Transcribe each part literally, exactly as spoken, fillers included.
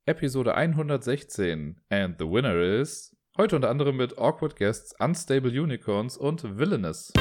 Episode hundertsechzehn. And the winner is... Heute unter anderem mit Awkward Guests, Unstable Unicorns und Villainous.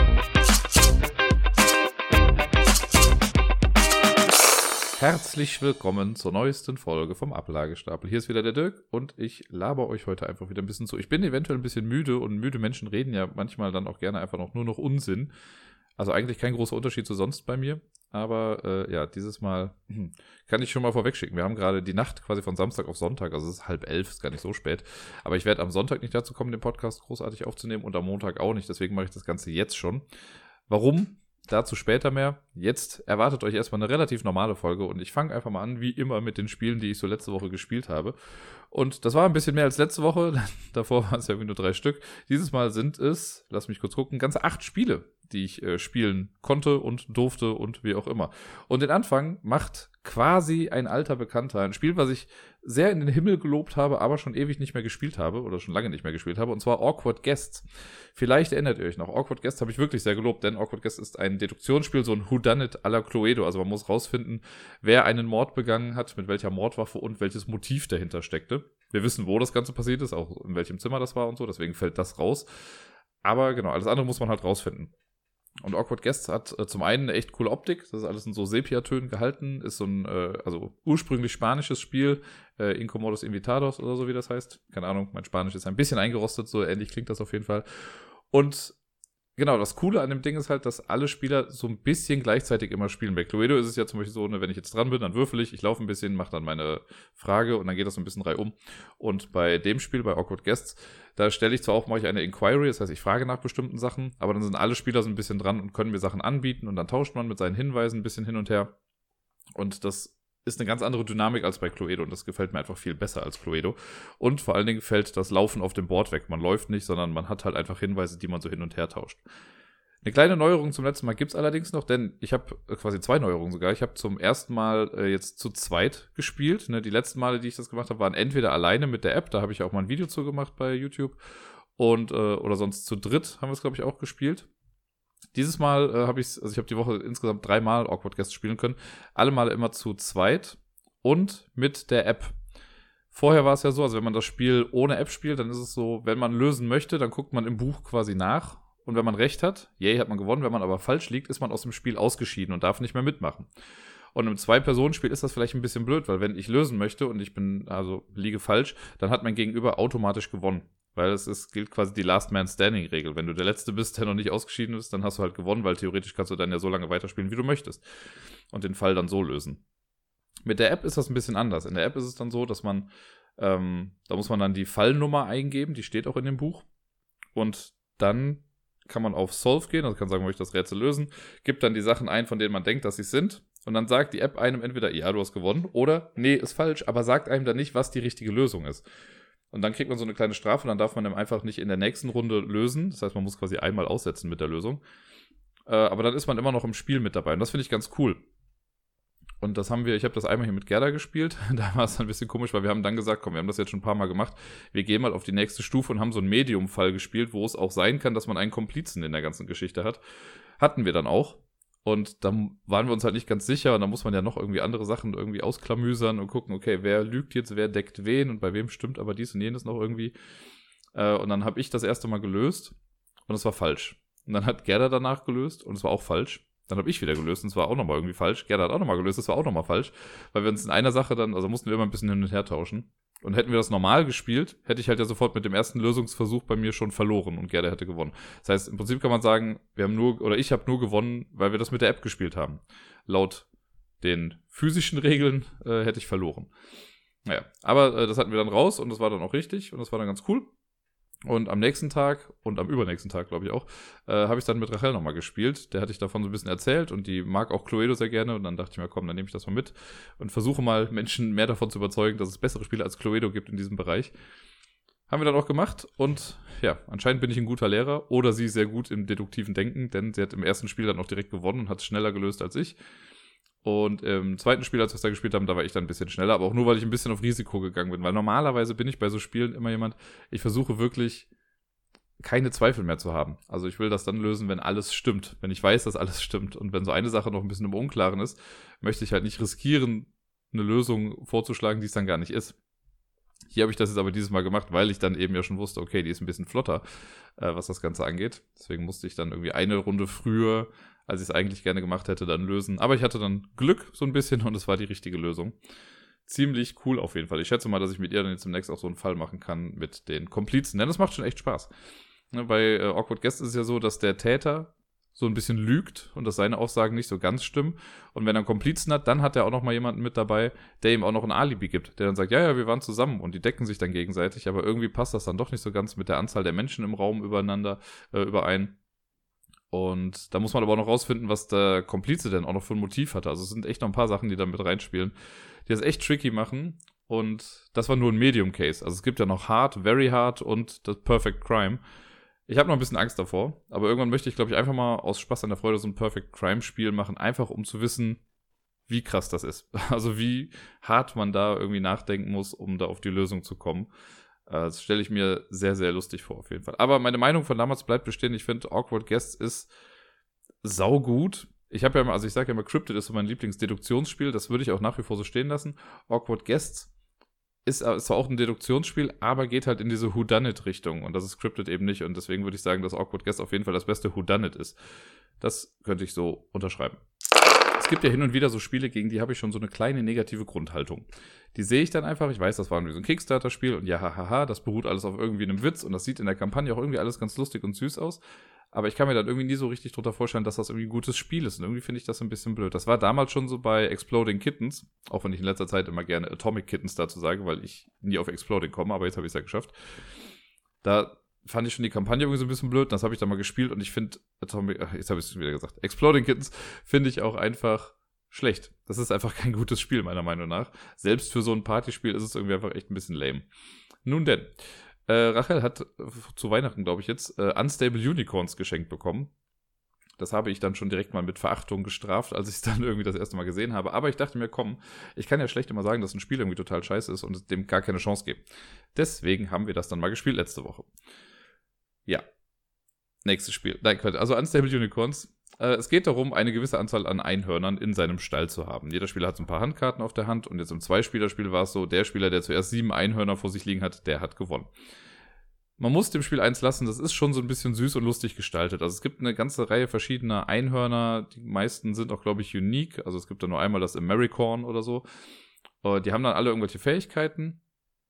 Herzlich willkommen zur neuesten Folge vom Ablagestapel. Hier ist wieder der Dirk und ich laber euch heute einfach wieder ein bisschen zu. Ich bin eventuell ein bisschen müde und müde Menschen reden ja manchmal dann auch gerne einfach noch nur noch Unsinn. Also eigentlich kein großer Unterschied zu sonst bei mir. Aber äh, ja, dieses Mal hm, kann ich schon mal vorwegschicken. Wir haben gerade die Nacht quasi von Samstag auf Sonntag, also es ist halb elf, ist gar nicht so spät. Aber ich werde am Sonntag nicht dazu kommen, den Podcast großartig aufzunehmen und am Montag auch nicht. Deswegen mache ich das Ganze jetzt schon. Warum? Dazu später mehr. Jetzt erwartet euch erstmal eine relativ normale Folge und ich fange einfach mal an, wie immer, mit den Spielen, die ich so letzte Woche gespielt habe. Und das war ein bisschen mehr als letzte Woche. Davor waren es ja irgendwie nur drei Stück. Dieses Mal sind es, lass mich kurz gucken, ganze acht Spiele, die ich äh, spielen konnte und durfte und wie auch immer. Und den Anfang macht quasi ein alter Bekannter. Ein Spiel, was ich sehr in den Himmel gelobt habe, aber schon ewig nicht mehr gespielt habe oder schon lange nicht mehr gespielt habe, und zwar Awkward Guests. Vielleicht erinnert ihr euch noch, Awkward Guests habe ich wirklich sehr gelobt, denn Awkward Guests ist ein Deduktionsspiel, so ein Whodunit à la Cluedo. Also man muss rausfinden, wer einen Mord begangen hat, mit welcher Mordwaffe und welches Motiv dahinter steckte. Wir wissen, wo das Ganze passiert ist, auch in welchem Zimmer das war und so, deswegen fällt das raus. Aber genau, alles andere muss man halt rausfinden. Und Awkward Guests hat äh, zum einen eine echt coole Optik, das ist alles in so Sepia-Tönen gehalten, ist so ein, äh, also ursprünglich spanisches Spiel, äh, Incomodos Invitados oder so, wie das heißt. Keine Ahnung, mein Spanisch ist ein bisschen eingerostet, so ähnlich klingt das auf jeden Fall. Und genau, das Coole an dem Ding ist halt, dass alle Spieler so ein bisschen gleichzeitig immer spielen. Bei Cluedo ist es ja zum Beispiel so, ne, wenn ich jetzt dran bin, dann würfel ich, ich laufe ein bisschen, mache dann meine Frage und dann geht das so ein bisschen reihum. Und bei dem Spiel, bei Awkward Guests, da stelle ich zwar auch, mache ich eine Inquiry, das heißt, ich frage nach bestimmten Sachen, aber dann sind alle Spieler so ein bisschen dran und können mir Sachen anbieten und dann tauscht man mit seinen Hinweisen ein bisschen hin und her. Und das ist eine ganz andere Dynamik als bei Cluedo und das gefällt mir einfach viel besser als Cluedo. Und vor allen Dingen fällt das Laufen auf dem Board weg. Man läuft nicht, sondern man hat halt einfach Hinweise, die man so hin und her tauscht. Eine kleine Neuerung zum letzten Mal gibt's allerdings noch, denn ich habe quasi zwei Neuerungen sogar. Ich habe zum ersten Mal äh, jetzt zu zweit gespielt. Ne? Die letzten Male, die ich das gemacht habe, waren entweder alleine mit der App, da habe ich auch mal ein Video zu gemacht bei YouTube, und äh, oder sonst zu dritt haben wir es, glaube ich, auch gespielt. Dieses Mal äh, habe ich also ich habe die Woche insgesamt dreimal Awkward Guests spielen können. Alle Male immer zu zweit und mit der App. Vorher war es ja so, also wenn man das Spiel ohne App spielt, dann ist es so, wenn man lösen möchte, dann guckt man im Buch quasi nach. Und wenn man recht hat, yay, hat man gewonnen. Wenn man aber falsch liegt, ist man aus dem Spiel ausgeschieden und darf nicht mehr mitmachen. Und im Zwei-Personen-Spiel ist das vielleicht ein bisschen blöd, weil wenn ich lösen möchte und ich bin, also liege falsch, dann hat mein Gegenüber automatisch gewonnen. Weil es ist, gilt quasi die Last-Man-Standing-Regel. Wenn du der Letzte bist, der noch nicht ausgeschieden ist, dann hast du halt gewonnen, weil theoretisch kannst du dann ja so lange weiterspielen, wie du möchtest. Und den Fall dann so lösen. Mit der App ist das ein bisschen anders. In der App ist es dann so, dass man, ähm, da muss man dann die Fallnummer eingeben, die steht auch in dem Buch. Und dann kann man auf Solve gehen, also kann sagen, möchte ich das Rätsel lösen, gibt dann die Sachen ein, von denen man denkt, dass sie es sind, und dann sagt die App einem entweder, ja, du hast gewonnen, oder, nee, ist falsch, aber sagt einem dann nicht, was die richtige Lösung ist. Und dann kriegt man so eine kleine Strafe, und dann darf man dann einfach nicht in der nächsten Runde lösen, das heißt, man muss quasi einmal aussetzen mit der Lösung, äh, aber dann ist man immer noch im Spiel mit dabei, und das finde ich ganz cool. Und das haben wir, ich habe das einmal hier mit Gerda gespielt, da war es dann ein bisschen komisch, weil wir haben dann gesagt, komm, wir haben das jetzt schon ein paar Mal gemacht, wir gehen mal auf die nächste Stufe und haben so einen Medium-Fall gespielt, wo es auch sein kann, dass man einen Komplizen in der ganzen Geschichte hat. Hatten wir dann auch. Und dann waren wir uns halt nicht ganz sicher und dann muss man ja noch irgendwie andere Sachen irgendwie ausklamüsern und gucken, okay, wer lügt jetzt, wer deckt wen und bei wem stimmt aber dies und jenes noch irgendwie. Und dann habe ich das erste Mal gelöst und es war falsch. Und dann hat Gerda danach gelöst und es war auch falsch. Dann habe ich wieder gelöst und es war auch nochmal irgendwie falsch. Gerda hat auch nochmal gelöst, es war auch nochmal falsch. Weil wir uns in einer Sache dann, also mussten wir immer ein bisschen hin und her tauschen. Und hätten wir das normal gespielt, hätte ich halt ja sofort mit dem ersten Lösungsversuch bei mir schon verloren und Gerda hätte gewonnen. Das heißt, im Prinzip kann man sagen, wir haben nur, oder ich habe nur gewonnen, weil wir das mit der App gespielt haben. Laut den physischen Regeln äh, hätte ich verloren. Naja, aber äh, das hatten wir dann raus und das war dann auch richtig und das war dann ganz cool. Und am nächsten Tag und am übernächsten Tag, glaube ich auch, äh, habe ich dann mit Rachel nochmal gespielt. Der hatte ich davon so ein bisschen erzählt und die mag auch Cluedo sehr gerne. Und dann dachte ich mir, komm, dann nehme ich das mal mit und versuche mal Menschen mehr davon zu überzeugen, dass es bessere Spiele als Cluedo gibt in diesem Bereich. Haben wir dann auch gemacht und ja, anscheinend bin ich ein guter Lehrer oder sie sehr gut im deduktiven Denken, denn sie hat im ersten Spiel dann auch direkt gewonnen und hat es schneller gelöst als ich. Und im zweiten Spiel, als wir es da gespielt haben, da war ich dann ein bisschen schneller, aber auch nur, weil ich ein bisschen auf Risiko gegangen bin. Weil normalerweise bin ich bei so Spielen immer jemand, ich versuche wirklich keine Zweifel mehr zu haben. Also ich will das dann lösen, wenn alles stimmt, wenn ich weiß, dass alles stimmt. Und wenn so eine Sache noch ein bisschen im Unklaren ist, möchte ich halt nicht riskieren, eine Lösung vorzuschlagen, die es dann gar nicht ist. Hier habe ich das jetzt aber dieses Mal gemacht, weil ich dann eben ja schon wusste, okay, die ist ein bisschen flotter, äh, was das Ganze angeht. Deswegen musste ich dann irgendwie eine Runde früher, als ich es eigentlich gerne gemacht hätte, dann lösen. Aber ich hatte dann Glück so ein bisschen und es war die richtige Lösung. Ziemlich cool auf jeden Fall. Ich schätze mal, dass ich mit ihr dann jetzt demnächst auch so einen Fall machen kann mit den Komplizen. Denn das macht schon echt Spaß. Ne, bei äh, Awkward Guest ist es ja so, dass der Täter so ein bisschen lügt und dass seine Aussagen nicht so ganz stimmen. Und wenn er einen Komplizen hat, dann hat er auch noch mal jemanden mit dabei, der ihm auch noch ein Alibi gibt. Der dann sagt, ja, ja, wir waren zusammen und die decken sich dann gegenseitig. Aber irgendwie passt das dann doch nicht so ganz mit der Anzahl der Menschen im Raum übereinander äh, überein. Und da muss man aber auch noch rausfinden, was der Komplize denn auch noch für ein Motiv hatte. Also es sind echt noch ein paar Sachen, die da mit reinspielen, die das echt tricky machen. Und das war nur ein Medium-Case. Also es gibt ja noch Hard, Very Hard und das Perfect Crime. Ich habe noch ein bisschen Angst davor, aber irgendwann möchte ich, glaube ich, einfach mal aus Spaß an der Freude so ein Perfect Crime-Spiel machen, einfach um zu wissen, wie krass das ist. Also wie hart man da irgendwie nachdenken muss, um da auf die Lösung zu kommen. Das stelle ich mir sehr, sehr lustig vor, auf jeden Fall. Aber meine Meinung von damals bleibt bestehen. Ich finde, Awkward Guests ist saugut. Ich habe ja immer, also ich sage ja immer, Cryptid ist so mein Lieblingsdeduktionsspiel. Das würde ich auch nach wie vor so stehen lassen. Awkward Guests ist, ist zwar auch ein Deduktionsspiel, aber geht halt in diese Whodunit-Richtung. Und das ist Cryptid eben nicht. Und deswegen würde ich sagen, dass Awkward Guests auf jeden Fall das beste Whodunit ist. Das könnte ich so unterschreiben. Es gibt ja hin und wieder so Spiele, gegen die habe ich schon so eine kleine negative Grundhaltung. Die sehe ich dann einfach, ich weiß, das war irgendwie so ein Kickstarter-Spiel und ja, hahaha, das beruht alles auf irgendwie einem Witz und das sieht in der Kampagne auch irgendwie alles ganz lustig und süß aus. Aber ich kann mir dann irgendwie nie so richtig drunter vorstellen, dass das irgendwie ein gutes Spiel ist. Und irgendwie finde ich das ein bisschen blöd. Das war damals schon so bei Exploding Kittens, auch wenn ich in letzter Zeit immer gerne Atomic Kittens dazu sage, weil ich nie auf Exploding komme, aber jetzt habe ich es ja geschafft. Da fand ich schon die Kampagne irgendwie so ein bisschen blöd. Das habe ich dann mal gespielt und ich finde Atomic, ach, jetzt habe ich es schon wieder gesagt, Exploding Kittens finde ich auch einfach schlecht. Das ist einfach kein gutes Spiel, meiner Meinung nach. Selbst für so ein Partyspiel ist es irgendwie einfach echt ein bisschen lame. Nun denn, äh, Rachel hat zu Weihnachten, glaube ich jetzt, äh, Unstable Unicorns geschenkt bekommen. Das habe ich dann schon direkt mal mit Verachtung gestraft, als ich es dann irgendwie das erste Mal gesehen habe. Aber ich dachte mir, komm, ich kann ja schlecht immer sagen, dass ein Spiel irgendwie total scheiße ist und es dem gar keine Chance gibt. Deswegen haben wir das dann mal gespielt letzte Woche. Ja. Nächstes Spiel. Nein, also Unstable Unicorns. Äh, es geht darum, eine gewisse Anzahl an Einhörnern in seinem Stall zu haben. Jeder Spieler hat so ein paar Handkarten auf der Hand und jetzt im Zwei-Spieler-Spiel war es so, der Spieler, der zuerst sieben Einhörner vor sich liegen hat, der hat gewonnen. Man muss dem Spiel eins lassen, das ist schon so ein bisschen süß und lustig gestaltet. Also es gibt eine ganze Reihe verschiedener Einhörner, die meisten sind auch, glaube ich, unique. Also es gibt da nur einmal das Americorn oder so. Äh, die haben dann alle irgendwelche Fähigkeiten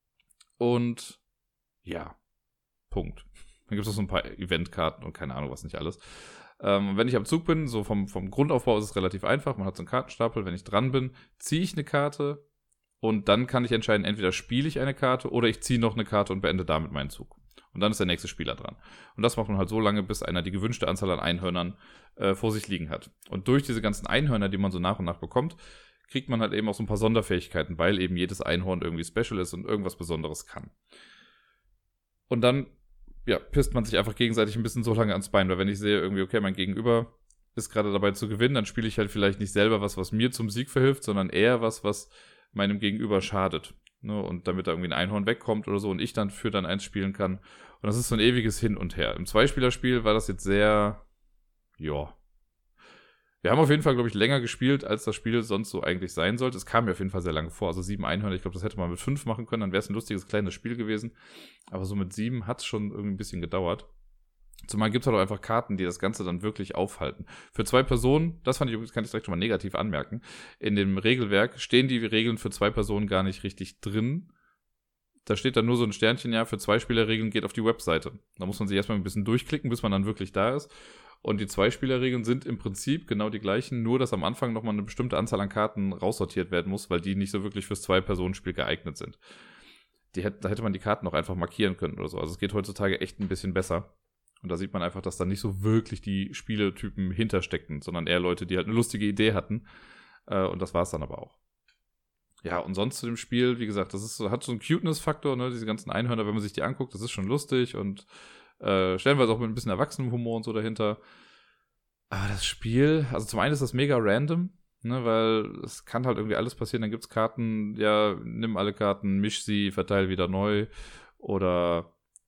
und ja, Punkt. Dann gibt es noch so ein paar Eventkarten und keine Ahnung, was nicht alles. Ähm, wenn ich am Zug bin, so vom, vom Grundaufbau ist es relativ einfach. Man hat so einen Kartenstapel. Wenn ich dran bin, ziehe ich eine Karte und dann kann ich entscheiden, entweder spiele ich eine Karte oder ich ziehe noch eine Karte und beende damit meinen Zug. Und dann ist der nächste Spieler dran. Und das macht man halt so lange, bis einer die gewünschte Anzahl an Einhörnern äh, vor sich liegen hat. Und durch diese ganzen Einhörner, die man so nach und nach bekommt, kriegt man halt eben auch so ein paar Sonderfähigkeiten, weil eben jedes Einhorn irgendwie special ist und irgendwas Besonderes kann. Und dann ja, pisst man sich einfach gegenseitig ein bisschen so lange ans Bein, weil wenn ich sehe irgendwie, okay, mein Gegenüber ist gerade dabei zu gewinnen, dann spiele ich halt vielleicht nicht selber was, was mir zum Sieg verhilft, sondern eher was, was meinem Gegenüber schadet. Ne? Und damit da irgendwie ein Einhorn wegkommt oder so und ich dann für dann eins spielen kann. Und das ist so ein ewiges Hin und Her. Im Zweispielerspiel war das jetzt sehr, ja. Wir haben auf jeden Fall, glaube ich, länger gespielt, als das Spiel sonst so eigentlich sein sollte. Es kam mir auf jeden Fall sehr lange vor. Also sieben Einhörner, ich glaube, das hätte man mit fünf machen können, dann wäre es ein lustiges kleines Spiel gewesen. Aber so mit sieben hat es schon irgendwie ein bisschen gedauert. Zumal gibt es halt auch einfach Karten, die das Ganze dann wirklich aufhalten. Für zwei Personen, das fand ich übrigens, kann ich direkt schon mal negativ anmerken, in dem Regelwerk stehen die Regeln für zwei Personen gar nicht richtig drin. Da steht dann nur so ein Sternchen, ja, für Zwei-Spieler-Regeln geht auf die Webseite. Da muss man sich erstmal ein bisschen durchklicken, bis man dann wirklich da ist. Und die Zwei-Spieler-Regeln sind im Prinzip genau die gleichen, nur dass am Anfang nochmal eine bestimmte Anzahl an Karten raussortiert werden muss, weil die nicht so wirklich fürs Zwei-Personen-Spiel geeignet sind. Die hätte, da hätte man die Karten auch einfach markieren können oder so. Also es geht heutzutage echt ein bisschen besser. Und da sieht man einfach, dass da nicht so wirklich die Spieletypen hintersteckten, sondern eher Leute, die halt eine lustige Idee hatten. Und das war es dann aber auch. Ja, und sonst zu dem Spiel, wie gesagt, das ist so, hat so einen Cuteness-Faktor, ne, diese ganzen Einhörner, wenn man sich die anguckt, das ist schon lustig und äh, stellenweise auch mit ein bisschen Erwachsenenhumor und so dahinter. Aber das Spiel, also zum einen ist das mega random, ne, weil es kann halt irgendwie alles passieren, dann gibt's Karten, ja, nimm alle Karten, misch sie, verteil wieder neu oder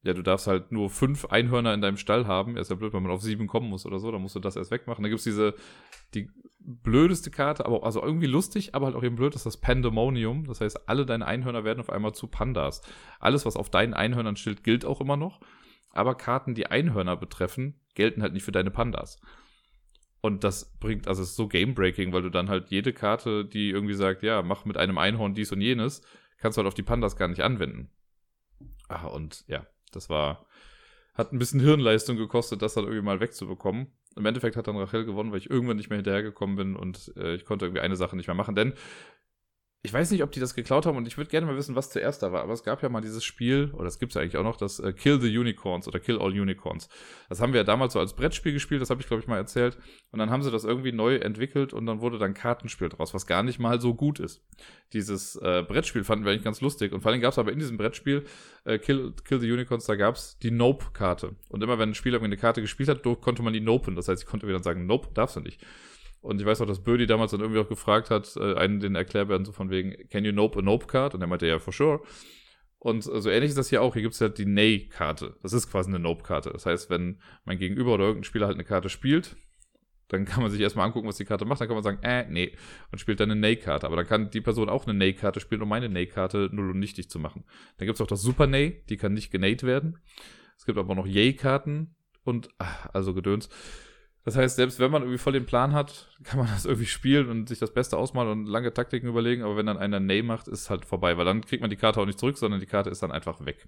ja, du darfst halt nur fünf Einhörner in deinem Stall haben. Ist ja blöd, wenn man auf sieben kommen muss oder so, dann musst du das erst wegmachen. Dann gibt's diese, die blödeste Karte, aber also irgendwie lustig, aber halt auch eben blöd, ist das Pandemonium. Das heißt, alle deine Einhörner werden auf einmal zu Pandas. Alles, was auf deinen Einhörnern steht, gilt auch immer noch. Aber Karten, die Einhörner betreffen, gelten halt nicht für deine Pandas. Und das bringt, also es ist so Game-Breaking, weil du dann halt jede Karte, die irgendwie sagt, ja, mach mit einem Einhorn dies und jenes, kannst du halt auf die Pandas gar nicht anwenden. Ah, und ja, das war, hat ein bisschen Hirnleistung gekostet, das dann irgendwie mal wegzubekommen. Im Endeffekt hat dann Rachel gewonnen, weil ich irgendwann nicht mehr hinterhergekommen bin und äh, ich konnte irgendwie eine Sache nicht mehr machen, denn ich weiß nicht, ob die das geklaut haben und ich würde gerne mal wissen, was zuerst da war, aber es gab ja mal dieses Spiel, oder es gibt es ja eigentlich auch noch, das äh, Kill the Unicorns oder Kill All Unicorns. Das haben wir ja damals so als Brettspiel gespielt, das habe ich, glaube ich, mal erzählt. Und dann haben sie das irgendwie neu entwickelt und dann wurde dann Kartenspiel draus, was gar nicht mal so gut ist. Dieses äh, Brettspiel fanden wir eigentlich ganz lustig und vor allem gab es aber in diesem Brettspiel äh, Kill, Kill the Unicorns, da gab es die Nope-Karte. Und immer wenn ein Spieler irgendwie eine Karte gespielt hat, konnte man die nopen. Das heißt, ich konnte wieder sagen, Nope, darfst du nicht. Und ich weiß auch, dass Birdie damals dann irgendwie auch gefragt hat, äh, einen den Erklärbären so von wegen, can you nope a nope card? Und er meinte, ja, for sure. Und äh, so ähnlich ist das hier auch. Hier gibt es halt die Nay-Karte. Das ist quasi eine Nope-Karte. Das heißt, wenn mein Gegenüber oder irgendein Spieler halt eine Karte spielt, dann kann man sich erstmal angucken, was die Karte macht. Dann kann man sagen, äh, nee. Und spielt dann eine Nay-Karte. Aber dann kann die Person auch eine Nay-Karte spielen, um meine Nay-Karte null und nichtig zu machen. Dann gibt es auch das Super Nay, die kann nicht genayt werden. Es gibt aber noch Yay-Karten und, ach, also Gedöns. Das heißt, selbst wenn man irgendwie voll den Plan hat, kann man das irgendwie spielen und sich das Beste ausmalen und lange Taktiken überlegen, aber wenn dann einer Nay macht, ist es halt vorbei, weil dann kriegt man die Karte auch nicht zurück, sondern die Karte ist dann einfach weg.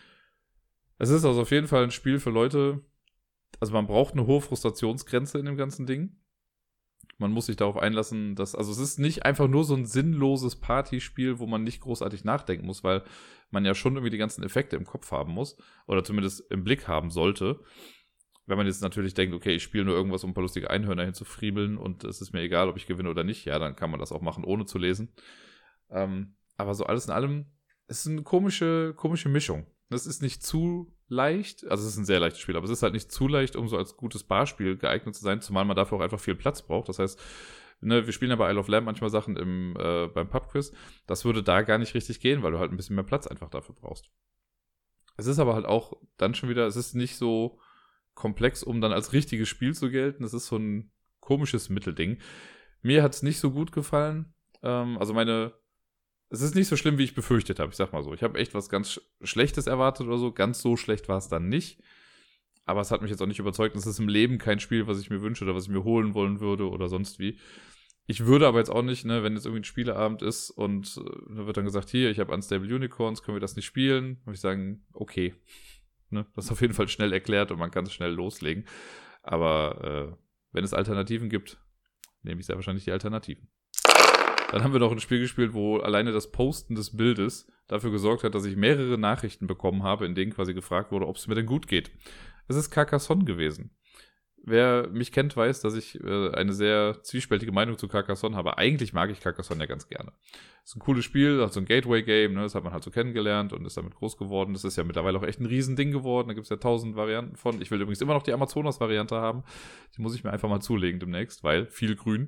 Es ist also auf jeden Fall ein Spiel für Leute, also man braucht eine hohe Frustrationsgrenze in dem ganzen Ding. Man muss sich darauf einlassen, dass, also es ist nicht einfach nur so ein sinnloses Partyspiel, wo man nicht großartig nachdenken muss, weil man ja schon irgendwie die ganzen Effekte im Kopf haben muss oder zumindest im Blick haben sollte. Wenn man jetzt natürlich denkt, okay, ich spiele nur irgendwas, um ein paar lustige Einhörner hinzufriebeln und es ist mir egal, ob ich gewinne oder nicht, ja, dann kann man das auch machen, ohne zu lesen. Ähm, aber so alles in allem, es ist eine komische, komische Mischung. Das ist nicht zu leicht, also es ist ein sehr leichtes Spiel, aber es ist halt nicht zu leicht, um so als gutes Barspiel geeignet zu sein, zumal man dafür auch einfach viel Platz braucht. Das heißt, ne, wir spielen ja bei Isle of Lamp manchmal Sachen im, äh, beim Pubquiz. Das würde da gar nicht richtig gehen, weil du halt ein bisschen mehr Platz einfach dafür brauchst. Es ist aber halt auch dann schon wieder, es ist nicht so komplex, um dann als richtiges Spiel zu gelten. Das ist so ein komisches Mittelding. Mir hat es nicht so gut gefallen. Ähm, also meine, es ist nicht so schlimm, wie ich befürchtet habe. Ich sag mal so, ich habe echt was ganz Schlechtes erwartet oder so. Ganz so schlecht war es dann nicht. Aber es hat mich jetzt auch nicht überzeugt. Es ist im Leben kein Spiel, was ich mir wünsche oder was ich mir holen wollen würde oder sonst wie. Ich würde aber jetzt auch nicht, ne, wenn jetzt irgendwie ein Spieleabend ist und äh, da wird dann gesagt, hier, ich habe Unstable Unicorns, können wir das nicht spielen? Würde ich sagen, okay. Ne? Das ist auf jeden Fall schnell erklärt und man kann es schnell loslegen. Aber äh, wenn es Alternativen gibt, nehme ich sehr wahrscheinlich die Alternativen. Dann haben wir noch ein Spiel gespielt, wo alleine das Posten des Bildes dafür gesorgt hat, dass ich mehrere Nachrichten bekommen habe, in denen quasi gefragt wurde, ob es mir denn gut geht. Es ist Carcassonne gewesen. Wer mich kennt, weiß, dass ich äh, eine sehr zwiespältige Meinung zu Carcassonne habe. Eigentlich mag ich Carcassonne ja ganz gerne. Es ist ein cooles Spiel, hat so ein Gateway-Game, ne, das hat man halt so kennengelernt und ist damit groß geworden. Das ist ja mittlerweile auch echt ein Riesending geworden. Da gibt es ja tausend Varianten von. Ich will übrigens immer noch die Amazonas-Variante haben. Die muss ich mir einfach mal zulegen demnächst, weil viel grün.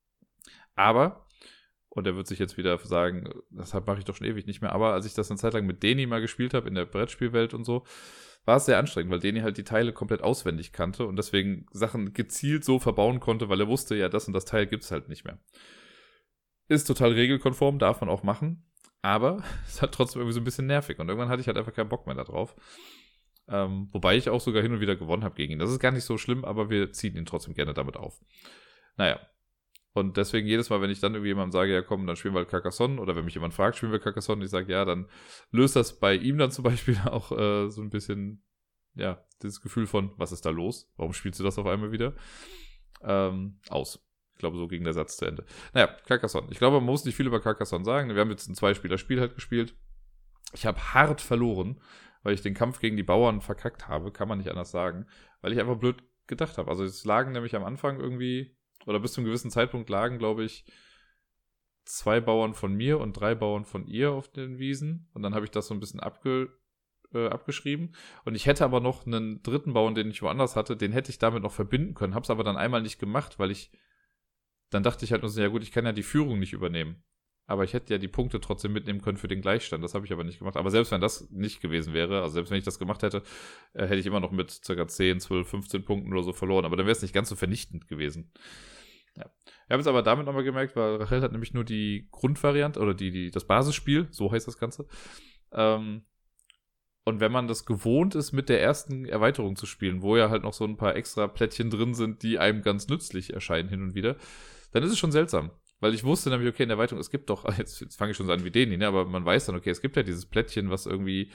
Aber, und er wird sich jetzt wieder sagen, deshalb mache ich doch schon ewig nicht mehr, aber als ich das eine Zeit lang mit Deni mal gespielt habe in der Brettspielwelt und so, war es sehr anstrengend, weil Deni halt die Teile komplett auswendig kannte und deswegen Sachen gezielt so verbauen konnte, weil er wusste, ja, das und das Teil gibt es halt nicht mehr. Ist total regelkonform, darf man auch machen, aber es ist halt trotzdem irgendwie so ein bisschen nervig und irgendwann hatte ich halt einfach keinen Bock mehr da drauf. Ähm, wobei ich auch sogar hin und wieder gewonnen habe gegen ihn. Das ist gar nicht so schlimm, aber wir ziehen ihn trotzdem gerne damit auf. Naja. Und deswegen jedes Mal, wenn ich dann irgendwie jemandem sage, ja komm, dann spielen wir halt Carcassonne, oder wenn mich jemand fragt, spielen wir Carcassonne, und ich sage, ja, dann löst das bei ihm dann zum Beispiel auch äh, so ein bisschen, ja, dieses Gefühl von, was ist da los? Warum spielst du das auf einmal wieder? Ähm, aus. Ich glaube, so ging der Satz zu Ende. Naja, Carcassonne. Ich glaube, man muss nicht viel über Carcassonne sagen. Wir haben jetzt ein Zwei-Spieler-Spiel halt gespielt. Ich habe hart verloren, weil ich den Kampf gegen die Bauern verkackt habe, kann man nicht anders sagen, weil ich einfach blöd gedacht habe. Also es lagen nämlich am Anfang irgendwie oder bis zu einem gewissen Zeitpunkt lagen, glaube ich, zwei Bauern von mir und drei Bauern von ihr auf den Wiesen. Und dann habe ich das so ein bisschen abge, äh, abgeschrieben. Und ich hätte aber noch einen dritten Bauern, den ich woanders hatte, den hätte ich damit noch verbinden können. Habe es aber dann einmal nicht gemacht, weil ich, dann dachte ich halt nur so, ja gut, ich kann ja die Führung nicht übernehmen. aber ich hätte ja die Punkte trotzdem mitnehmen können für den Gleichstand. Das habe ich aber nicht gemacht. Aber selbst wenn das nicht gewesen wäre, also selbst wenn ich das gemacht hätte, äh, hätte ich immer noch mit ca. zehn, zwölf, fünfzehn Punkten oder so verloren. Aber dann wäre es nicht ganz so vernichtend gewesen. Ja. Ich habe es aber damit nochmal gemerkt, weil Rachel hat nämlich nur die Grundvariante oder die, die, das Basisspiel, so heißt das Ganze. Ähm, und wenn man das gewohnt ist, mit der ersten Erweiterung zu spielen, wo ja halt noch so ein paar extra Plättchen drin sind, die einem ganz nützlich erscheinen hin und wieder, dann ist es schon seltsam. Weil ich wusste nämlich, okay, in der Erweiterung, es gibt doch, jetzt, jetzt fange ich schon so an wie den, ne, aber man weiß dann, okay, es gibt ja dieses Plättchen, was irgendwie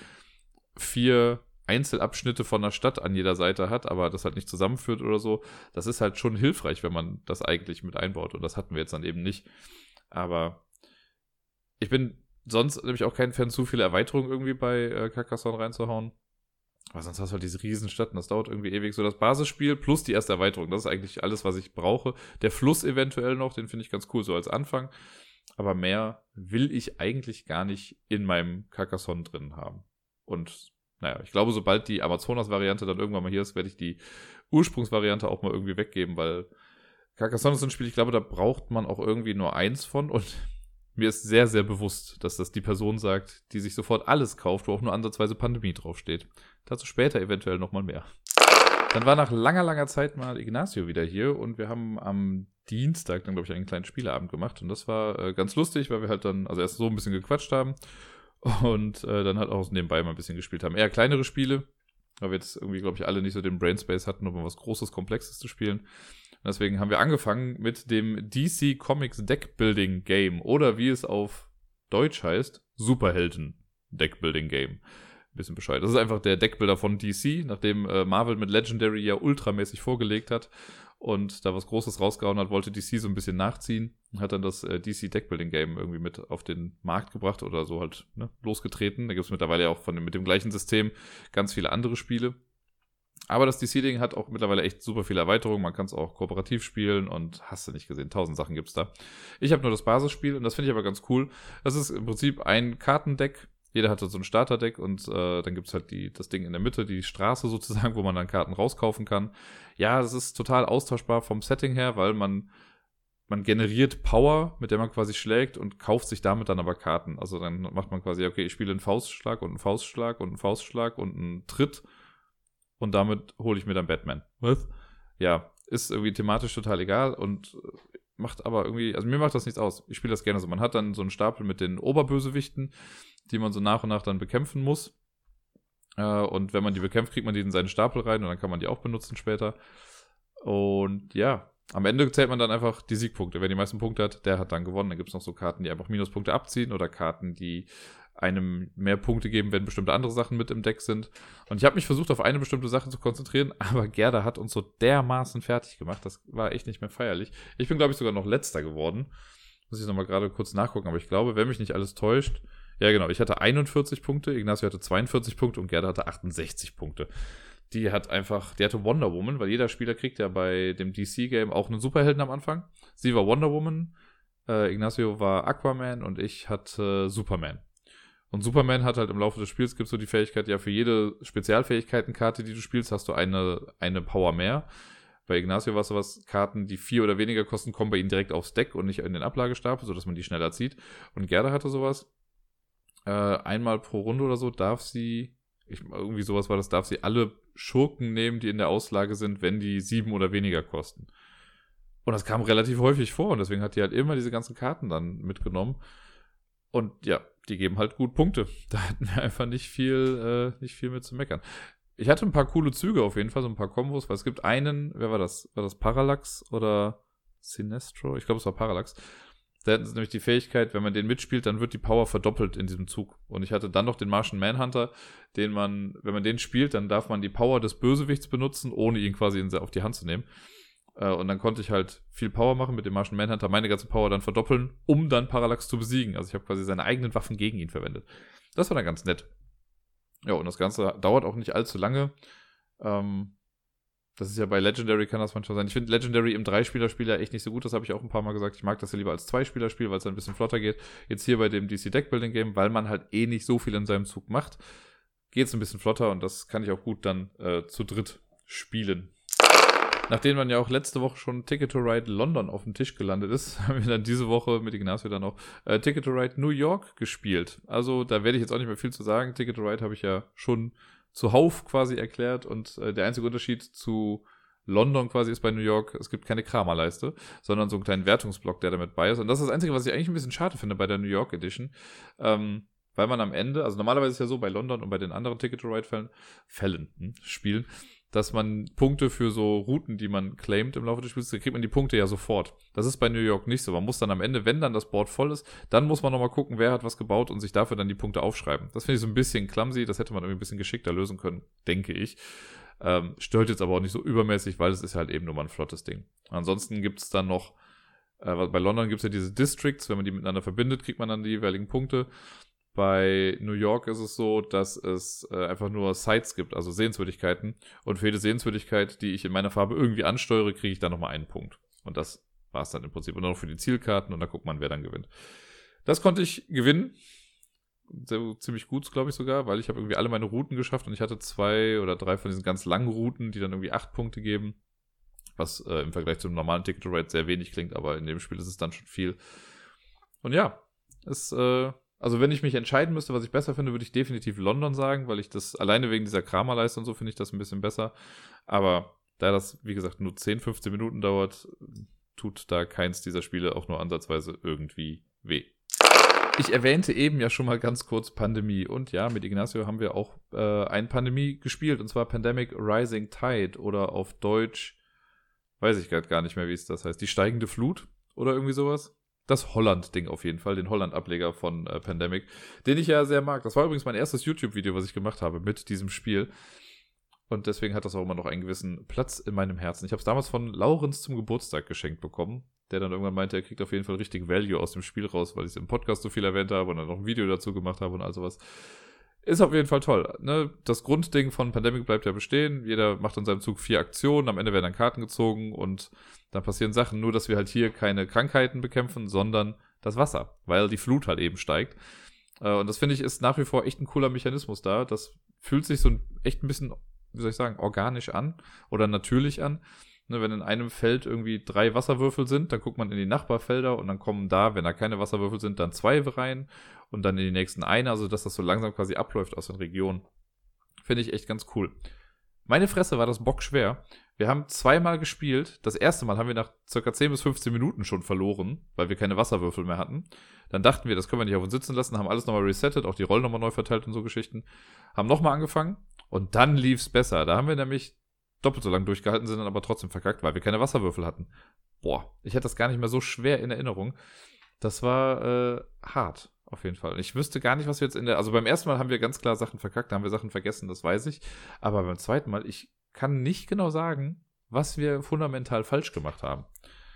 vier Einzelabschnitte von einer Stadt an jeder Seite hat, aber das halt nicht zusammenführt oder so. Das ist halt schon hilfreich, wenn man das eigentlich mit einbaut. Und das hatten wir jetzt dann eben nicht. Aber ich bin sonst nämlich auch kein Fan, zu viele Erweiterungen irgendwie bei äh, Carcassonne reinzuhauen. Aber sonst hast du halt diese Riesenstadt und das dauert irgendwie ewig. So das Basisspiel plus die erste Erweiterung, das ist eigentlich alles, was ich brauche. Der Fluss eventuell noch, den finde ich ganz cool, so als Anfang. Aber mehr will ich eigentlich gar nicht in meinem Carcassonne drin haben. Und naja, ich glaube, sobald die Amazonas-Variante dann irgendwann mal hier ist, werde ich die Ursprungsvariante auch mal irgendwie weggeben, weil Carcassonne ist ein Spiel, ich glaube, da braucht man auch irgendwie nur eins von und mir ist sehr, sehr bewusst, dass das die Person sagt, die sich sofort alles kauft, wo auch nur ansatzweise Pandemie draufsteht. Dazu später eventuell nochmal mehr. Dann war nach langer, langer Zeit mal Ignacio wieder hier und wir haben am Dienstag dann, glaube ich, einen kleinen Spieleabend gemacht und das war äh, ganz lustig, weil wir halt dann, also erst so ein bisschen gequatscht haben und äh, dann halt auch nebenbei mal ein bisschen gespielt haben. Eher kleinere Spiele, weil wir jetzt irgendwie, glaube ich, alle nicht so den Brainspace hatten, um was Großes, Komplexes zu spielen. Und deswegen haben wir angefangen mit dem D C Comics Deckbuilding Game oder wie es auf Deutsch heißt, Superhelden Deckbuilding Game. Bisschen Bescheid. Das ist einfach der Deckbuilder von D C, nachdem äh, Marvel mit Legendary ja ultramäßig vorgelegt hat und da was Großes rausgehauen hat, wollte D C so ein bisschen nachziehen und hat dann das äh, D C Deckbuilding Game irgendwie mit auf den Markt gebracht oder so halt ne, losgetreten. Da gibt es mittlerweile ja auch von dem, mit dem gleichen System ganz viele andere Spiele. Aber das D C-Ding hat auch mittlerweile echt super viele Erweiterungen. Man kann es auch kooperativ spielen und hast du nicht gesehen, tausend Sachen gibt's da. Ich habe nur das Basisspiel und das finde ich aber ganz cool. Das ist im Prinzip ein Kartendeck. Jeder hat so ein Starterdeck und äh, dann gibt's halt die, das Ding in der Mitte, die Straße sozusagen, wo man dann Karten rauskaufen kann. Ja, das ist total austauschbar vom Setting her, weil man man generiert Power, mit der man quasi schlägt und kauft sich damit dann aber Karten. Also dann macht man quasi, okay, ich spiele einen Faustschlag und einen Faustschlag und einen Faustschlag und einen Tritt und damit hole ich mir dann Batman. Was? Ja, ist irgendwie thematisch total egal und macht aber irgendwie, also mir macht das nichts aus. Ich spiele das gerne so. Man hat dann so einen Stapel mit den Oberbösewichten, die man so nach und nach dann bekämpfen muss. Äh, und wenn man die bekämpft, kriegt man die in seinen Stapel rein und dann kann man die auch benutzen später. Und ja, am Ende zählt man dann einfach die Siegpunkte. Wer die meisten Punkte hat, der hat dann gewonnen. Dann gibt es noch so Karten, die einfach Minuspunkte abziehen oder Karten, die einem mehr Punkte geben, wenn bestimmte andere Sachen mit im Deck sind. Und ich habe mich versucht, auf eine bestimmte Sache zu konzentrieren, aber Gerda hat uns so dermaßen fertig gemacht. Das war echt nicht mehr feierlich. Ich bin, glaube ich, sogar noch Letzter geworden. Muss ich nochmal gerade kurz nachgucken, aber ich glaube, wenn mich nicht alles täuscht, ja genau, ich hatte einundvierzig Punkte, Ignacio hatte zweiundvierzig Punkte und Gerda hatte achtundsechzig Punkte. Die hat einfach, die hatte Wonder Woman, weil jeder Spieler kriegt ja bei dem D C-Game auch einen Superhelden am Anfang. Sie war Wonder Woman, äh, Ignacio war Aquaman und ich hatte Superman. Und Superman hat halt im Laufe des Spiels, gibt es so die Fähigkeit, ja, für jede Spezialfähigkeitenkarte, die du spielst, hast du eine, eine Power mehr. Bei Ignacio war es sowas, Karten, die vier oder weniger kosten, kommen bei ihm direkt aufs Deck und nicht in den Ablagestapel, sodass man die schneller zieht. Und Gerda hatte sowas, äh, einmal pro Runde oder so darf sie, ich, irgendwie sowas war das, darf sie alle Schurken nehmen, die in der Auslage sind, wenn die sieben oder weniger kosten. Und das kam relativ häufig vor und deswegen hat die halt immer diese ganzen Karten dann mitgenommen. Und ja, die geben halt gut Punkte. Da hatten wir einfach nicht viel, äh, nicht viel mit zu meckern. Ich hatte ein paar coole Züge auf jeden Fall, so ein paar Kombos, weil es gibt einen, wer war das? War das Parallax oder Sinestro? Ich glaube, es war Parallax. Der hat nämlich die Fähigkeit, wenn man den mitspielt, dann wird die Power verdoppelt in diesem Zug. Und ich hatte dann noch den Martian Manhunter, den man, wenn man den spielt, dann darf man die Power des Bösewichts benutzen, ohne ihn quasi in, auf die Hand zu nehmen. Und dann konnte ich halt viel Power machen mit dem Martian Manhunter, meine ganze Power dann verdoppeln, um dann Parallax zu besiegen. Also ich habe quasi seine eigenen Waffen gegen ihn verwendet. Das war dann ganz nett. Ja, und das Ganze dauert auch nicht allzu lange. Ähm, das ist ja bei Legendary, kann das manchmal sein. Ich finde Legendary im Drei-Spieler-Spiel ja echt nicht so gut. Das habe ich auch ein paar Mal gesagt. Ich mag das ja lieber als Zwei-Spieler-Spiel, weil es dann ein bisschen flotter geht. Jetzt hier bei dem D C Deckbuilding-Game, weil man halt eh nicht so viel in seinem Zug macht, geht es ein bisschen flotter und das kann ich auch gut dann äh, zu dritt spielen. Nachdem man ja auch letzte Woche schon Ticket to Ride London auf dem Tisch gelandet ist, haben wir dann diese Woche mit Ignacio dann auch äh, Ticket to Ride New York gespielt. Also da werde ich jetzt auch nicht mehr viel zu sagen. Ticket to Ride habe ich ja schon zuhauf quasi erklärt und äh, der einzige Unterschied zu London quasi ist bei New York, es gibt keine Kramerleiste, sondern so einen kleinen Wertungsblock, der damit bei ist. Und das ist das Einzige, was ich eigentlich ein bisschen schade finde bei der New York Edition. Ähm, weil man am Ende, also normalerweise ist ja so bei London und bei den anderen Ticket-to-Ride-Fällen, Fällen, hm, Spielen, dass man Punkte für so Routen, die man claimt im Laufe des Spiels, da kriegt man die Punkte ja sofort. Das ist bei New York nicht so. Man muss dann am Ende, wenn dann das Board voll ist, dann muss man nochmal gucken, wer hat was gebaut und sich dafür dann die Punkte aufschreiben. Das finde ich so ein bisschen clumsy, das hätte man irgendwie ein bisschen geschickter lösen können, denke ich. Ähm, stört jetzt aber auch nicht so übermäßig, weil es ist halt eben nur mal ein flottes Ding. Ansonsten gibt es dann noch, äh, bei London gibt es ja diese Districts, wenn man die miteinander verbindet, kriegt man dann die jeweiligen Punkte. Bei New York ist es so, dass es äh, einfach nur Sites gibt, also Sehenswürdigkeiten. Und für jede Sehenswürdigkeit, die ich in meiner Farbe irgendwie ansteuere, kriege ich dann nochmal einen Punkt. Und das war es dann im Prinzip. Und dann noch für die Zielkarten und dann guckt man, wer dann gewinnt. Das konnte ich gewinnen. Sehr, ziemlich gut, glaube ich sogar, weil ich habe irgendwie alle meine Routen geschafft und ich hatte zwei oder drei von diesen ganz langen Routen, die dann irgendwie acht Punkte geben, was äh, im Vergleich zum normalen Ticket to Ride sehr wenig klingt, aber in dem Spiel ist es dann schon viel. Und ja, es, äh, also wenn ich mich entscheiden müsste, was ich besser finde, würde ich definitiv London sagen, weil ich das, alleine wegen dieser Kramerleiste und so, finde ich das ein bisschen besser. Aber da das, wie gesagt, nur zehn, fünfzehn Minuten dauert, tut da keins dieser Spiele auch nur ansatzweise irgendwie weh. Ich erwähnte eben ja schon mal ganz kurz Pandemie. Und ja, mit Ignacio haben wir auch äh, eine Pandemie gespielt. Und zwar Pandemic Rising Tide oder auf Deutsch, weiß ich gerade gar nicht mehr, wie es das heißt. Die steigende Flut oder irgendwie sowas. Das Holland-Ding auf jeden Fall, den Holland-Ableger von äh, Pandemic, den ich ja sehr mag. Das war übrigens mein erstes YouTube-Video, was ich gemacht habe mit diesem Spiel. Und deswegen hat das auch immer noch einen gewissen Platz in meinem Herzen. Ich habe es damals von Laurens zum Geburtstag geschenkt bekommen, der dann irgendwann meinte, er kriegt auf jeden Fall richtig Value aus dem Spiel raus, weil ich es im Podcast so viel erwähnt habe und dann noch ein Video dazu gemacht habe und all sowas. Ist auf jeden Fall toll. Ne? Das Grundding von Pandemic bleibt ja bestehen. Jeder macht in seinem Zug vier Aktionen, am Ende werden dann Karten gezogen und dann passieren Sachen. Nur, dass wir halt hier keine Krankheiten bekämpfen, sondern das Wasser, weil die Flut halt eben steigt. Und das finde ich ist nach wie vor echt ein cooler Mechanismus da. Das fühlt sich so ein, echt ein bisschen, wie soll ich sagen, organisch an oder natürlich an. Ne, wenn in einem Feld irgendwie drei Wasserwürfel sind, dann guckt man in die Nachbarfelder und dann kommen da, wenn da keine Wasserwürfel sind, dann zwei rein und dann in die nächsten eine, also dass das so langsam quasi abläuft aus den Regionen. Finde ich echt ganz cool. Meine Fresse war das bockschwer. Wir haben zweimal gespielt. Das erste Mal haben wir nach ca. zehn bis fünfzehn Minuten schon verloren, weil wir keine Wasserwürfel mehr hatten. Dann dachten wir, das können wir nicht auf uns sitzen lassen, haben alles nochmal resettet, auch die Rollen nochmal neu verteilt und so Geschichten. Haben nochmal angefangen und dann lief's besser. Da haben wir nämlich doppelt so lange durchgehalten, sind dann aber trotzdem verkackt, weil wir keine Wasserwürfel hatten. Boah, ich hätte das gar nicht mehr so schwer in Erinnerung. Das war äh, hart, auf jeden Fall. Ich wüsste gar nicht, was wir jetzt in der... Also beim ersten Mal haben wir ganz klar Sachen verkackt, da haben wir Sachen vergessen, das weiß ich. Aber beim zweiten Mal, ich kann nicht genau sagen, was wir fundamental falsch gemacht haben.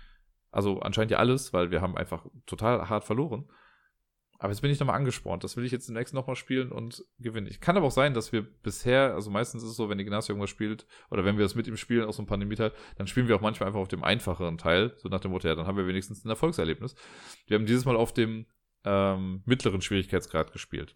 Also anscheinend ja alles, weil wir haben einfach total hart verloren. Aber jetzt bin ich nochmal angespornt. Das will ich jetzt demnächst nochmal spielen und gewinnen. Ich kann aber auch sein, dass wir bisher, also meistens ist es so, wenn Ignacio irgendwas spielt, oder wenn wir das mit ihm spielen aus so einem Pandemie-Teil, dann spielen wir auch manchmal einfach auf dem einfacheren Teil, so nach dem Motto, ja, dann haben wir wenigstens ein Erfolgserlebnis. Wir haben dieses Mal auf dem ähm, mittleren Schwierigkeitsgrad gespielt.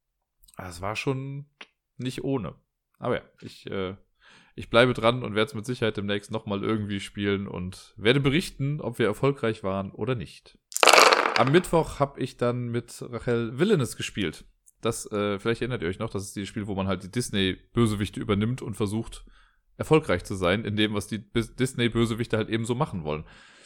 Das war schon nicht ohne. Aber ja, ich, äh, ich bleibe dran und werde es mit Sicherheit demnächst nochmal irgendwie spielen und werde berichten, ob wir erfolgreich waren oder nicht. Am Mittwoch habe ich dann mit Rachel Villainous gespielt. Das, äh, vielleicht erinnert ihr euch noch, das ist das Spiel, wo man halt die Disney-Bösewichte übernimmt und versucht, erfolgreich zu sein in dem, was die Disney-Bösewichte halt eben so machen wollen.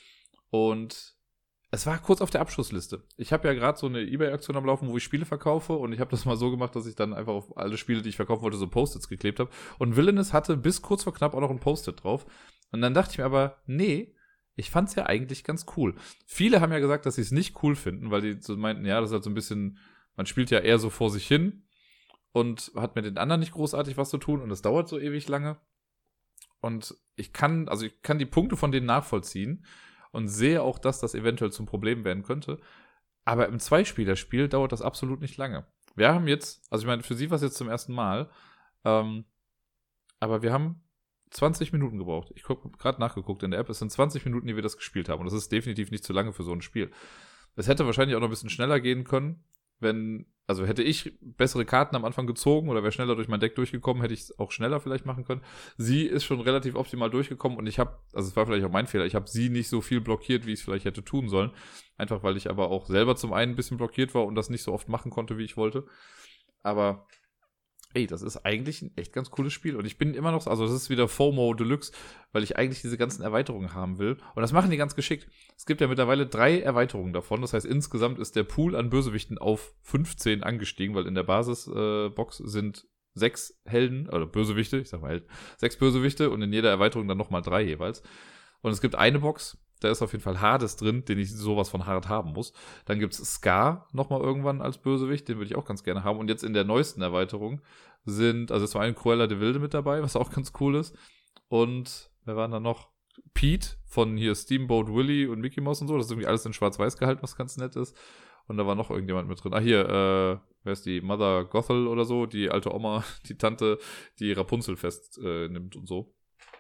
Und es war kurz auf der Abschlussliste. Ich habe ja gerade so eine eBay-Aktion am Laufen, wo ich Spiele verkaufe und ich habe das mal so gemacht, dass ich dann einfach auf alle Spiele, die ich verkaufen wollte, so Post-its geklebt habe. Und Villainous hatte bis kurz vor knapp auch noch ein Post-it drauf. Und dann dachte ich mir aber, nee, ich fand's ja eigentlich ganz cool. Viele haben ja gesagt, dass sie es nicht cool finden, weil die so meinten, ja, das ist halt so ein bisschen, man spielt ja eher so vor sich hin und hat mit den anderen nicht großartig was zu tun und es dauert so ewig lange. Und ich kann, also ich kann die Punkte von denen nachvollziehen und sehe auch, dass das eventuell zum Problem werden könnte. Aber im Zweispielerspiel dauert das absolut nicht lange. Wir haben jetzt, also ich meine, für sie war es jetzt zum ersten Mal, ähm, aber wir haben zwanzig Minuten gebraucht. Ich habe gerade nachgeguckt in der App. Es sind zwanzig Minuten, die wir das gespielt haben. Und das ist definitiv nicht zu lange für so ein Spiel. Es hätte wahrscheinlich auch noch ein bisschen schneller gehen können. wenn, also hätte ich bessere Karten am Anfang gezogen oder wäre schneller durch mein Deck durchgekommen, hätte ich es auch schneller vielleicht machen können. Sie ist schon relativ optimal durchgekommen und ich habe, also es war vielleicht auch mein Fehler, ich habe sie nicht so viel blockiert, wie ich es vielleicht hätte tun sollen. Einfach, weil ich aber auch selber zum einen ein bisschen blockiert war und das nicht so oft machen konnte, wie ich wollte. Aber ey, das ist eigentlich ein echt ganz cooles Spiel. Und ich bin immer noch, also das ist wieder FOMO Deluxe, weil ich eigentlich diese ganzen Erweiterungen haben will. Und das machen die ganz geschickt. Es gibt ja mittlerweile drei Erweiterungen davon. Das heißt, insgesamt ist der Pool an Bösewichten auf fünfzehn angestiegen, weil in der Basisbox äh, sind sechs Helden, oder Bösewichte, ich sag mal Helden, sechs Bösewichte und in jeder Erweiterung dann nochmal drei jeweils. Und es gibt eine Box, da ist auf jeden Fall Hades drin, den ich sowas von hart haben muss. Dann gibt's Scar nochmal irgendwann als Bösewicht, den würde ich auch ganz gerne haben. Und jetzt in der neuesten Erweiterung sind, also es war ein Cruella de Vilde mit dabei, was auch ganz cool ist. Und wer waren da noch? Pete von hier Steamboat Willie und Mickey Mouse und so. Das ist irgendwie alles in Schwarz-Weiß gehalten, was ganz nett ist. Und da war noch irgendjemand mit drin. Ah, hier, äh, wer ist die? Mother Gothel oder so, die alte Oma, die Tante, die Rapunzel fest äh, nimmt und so.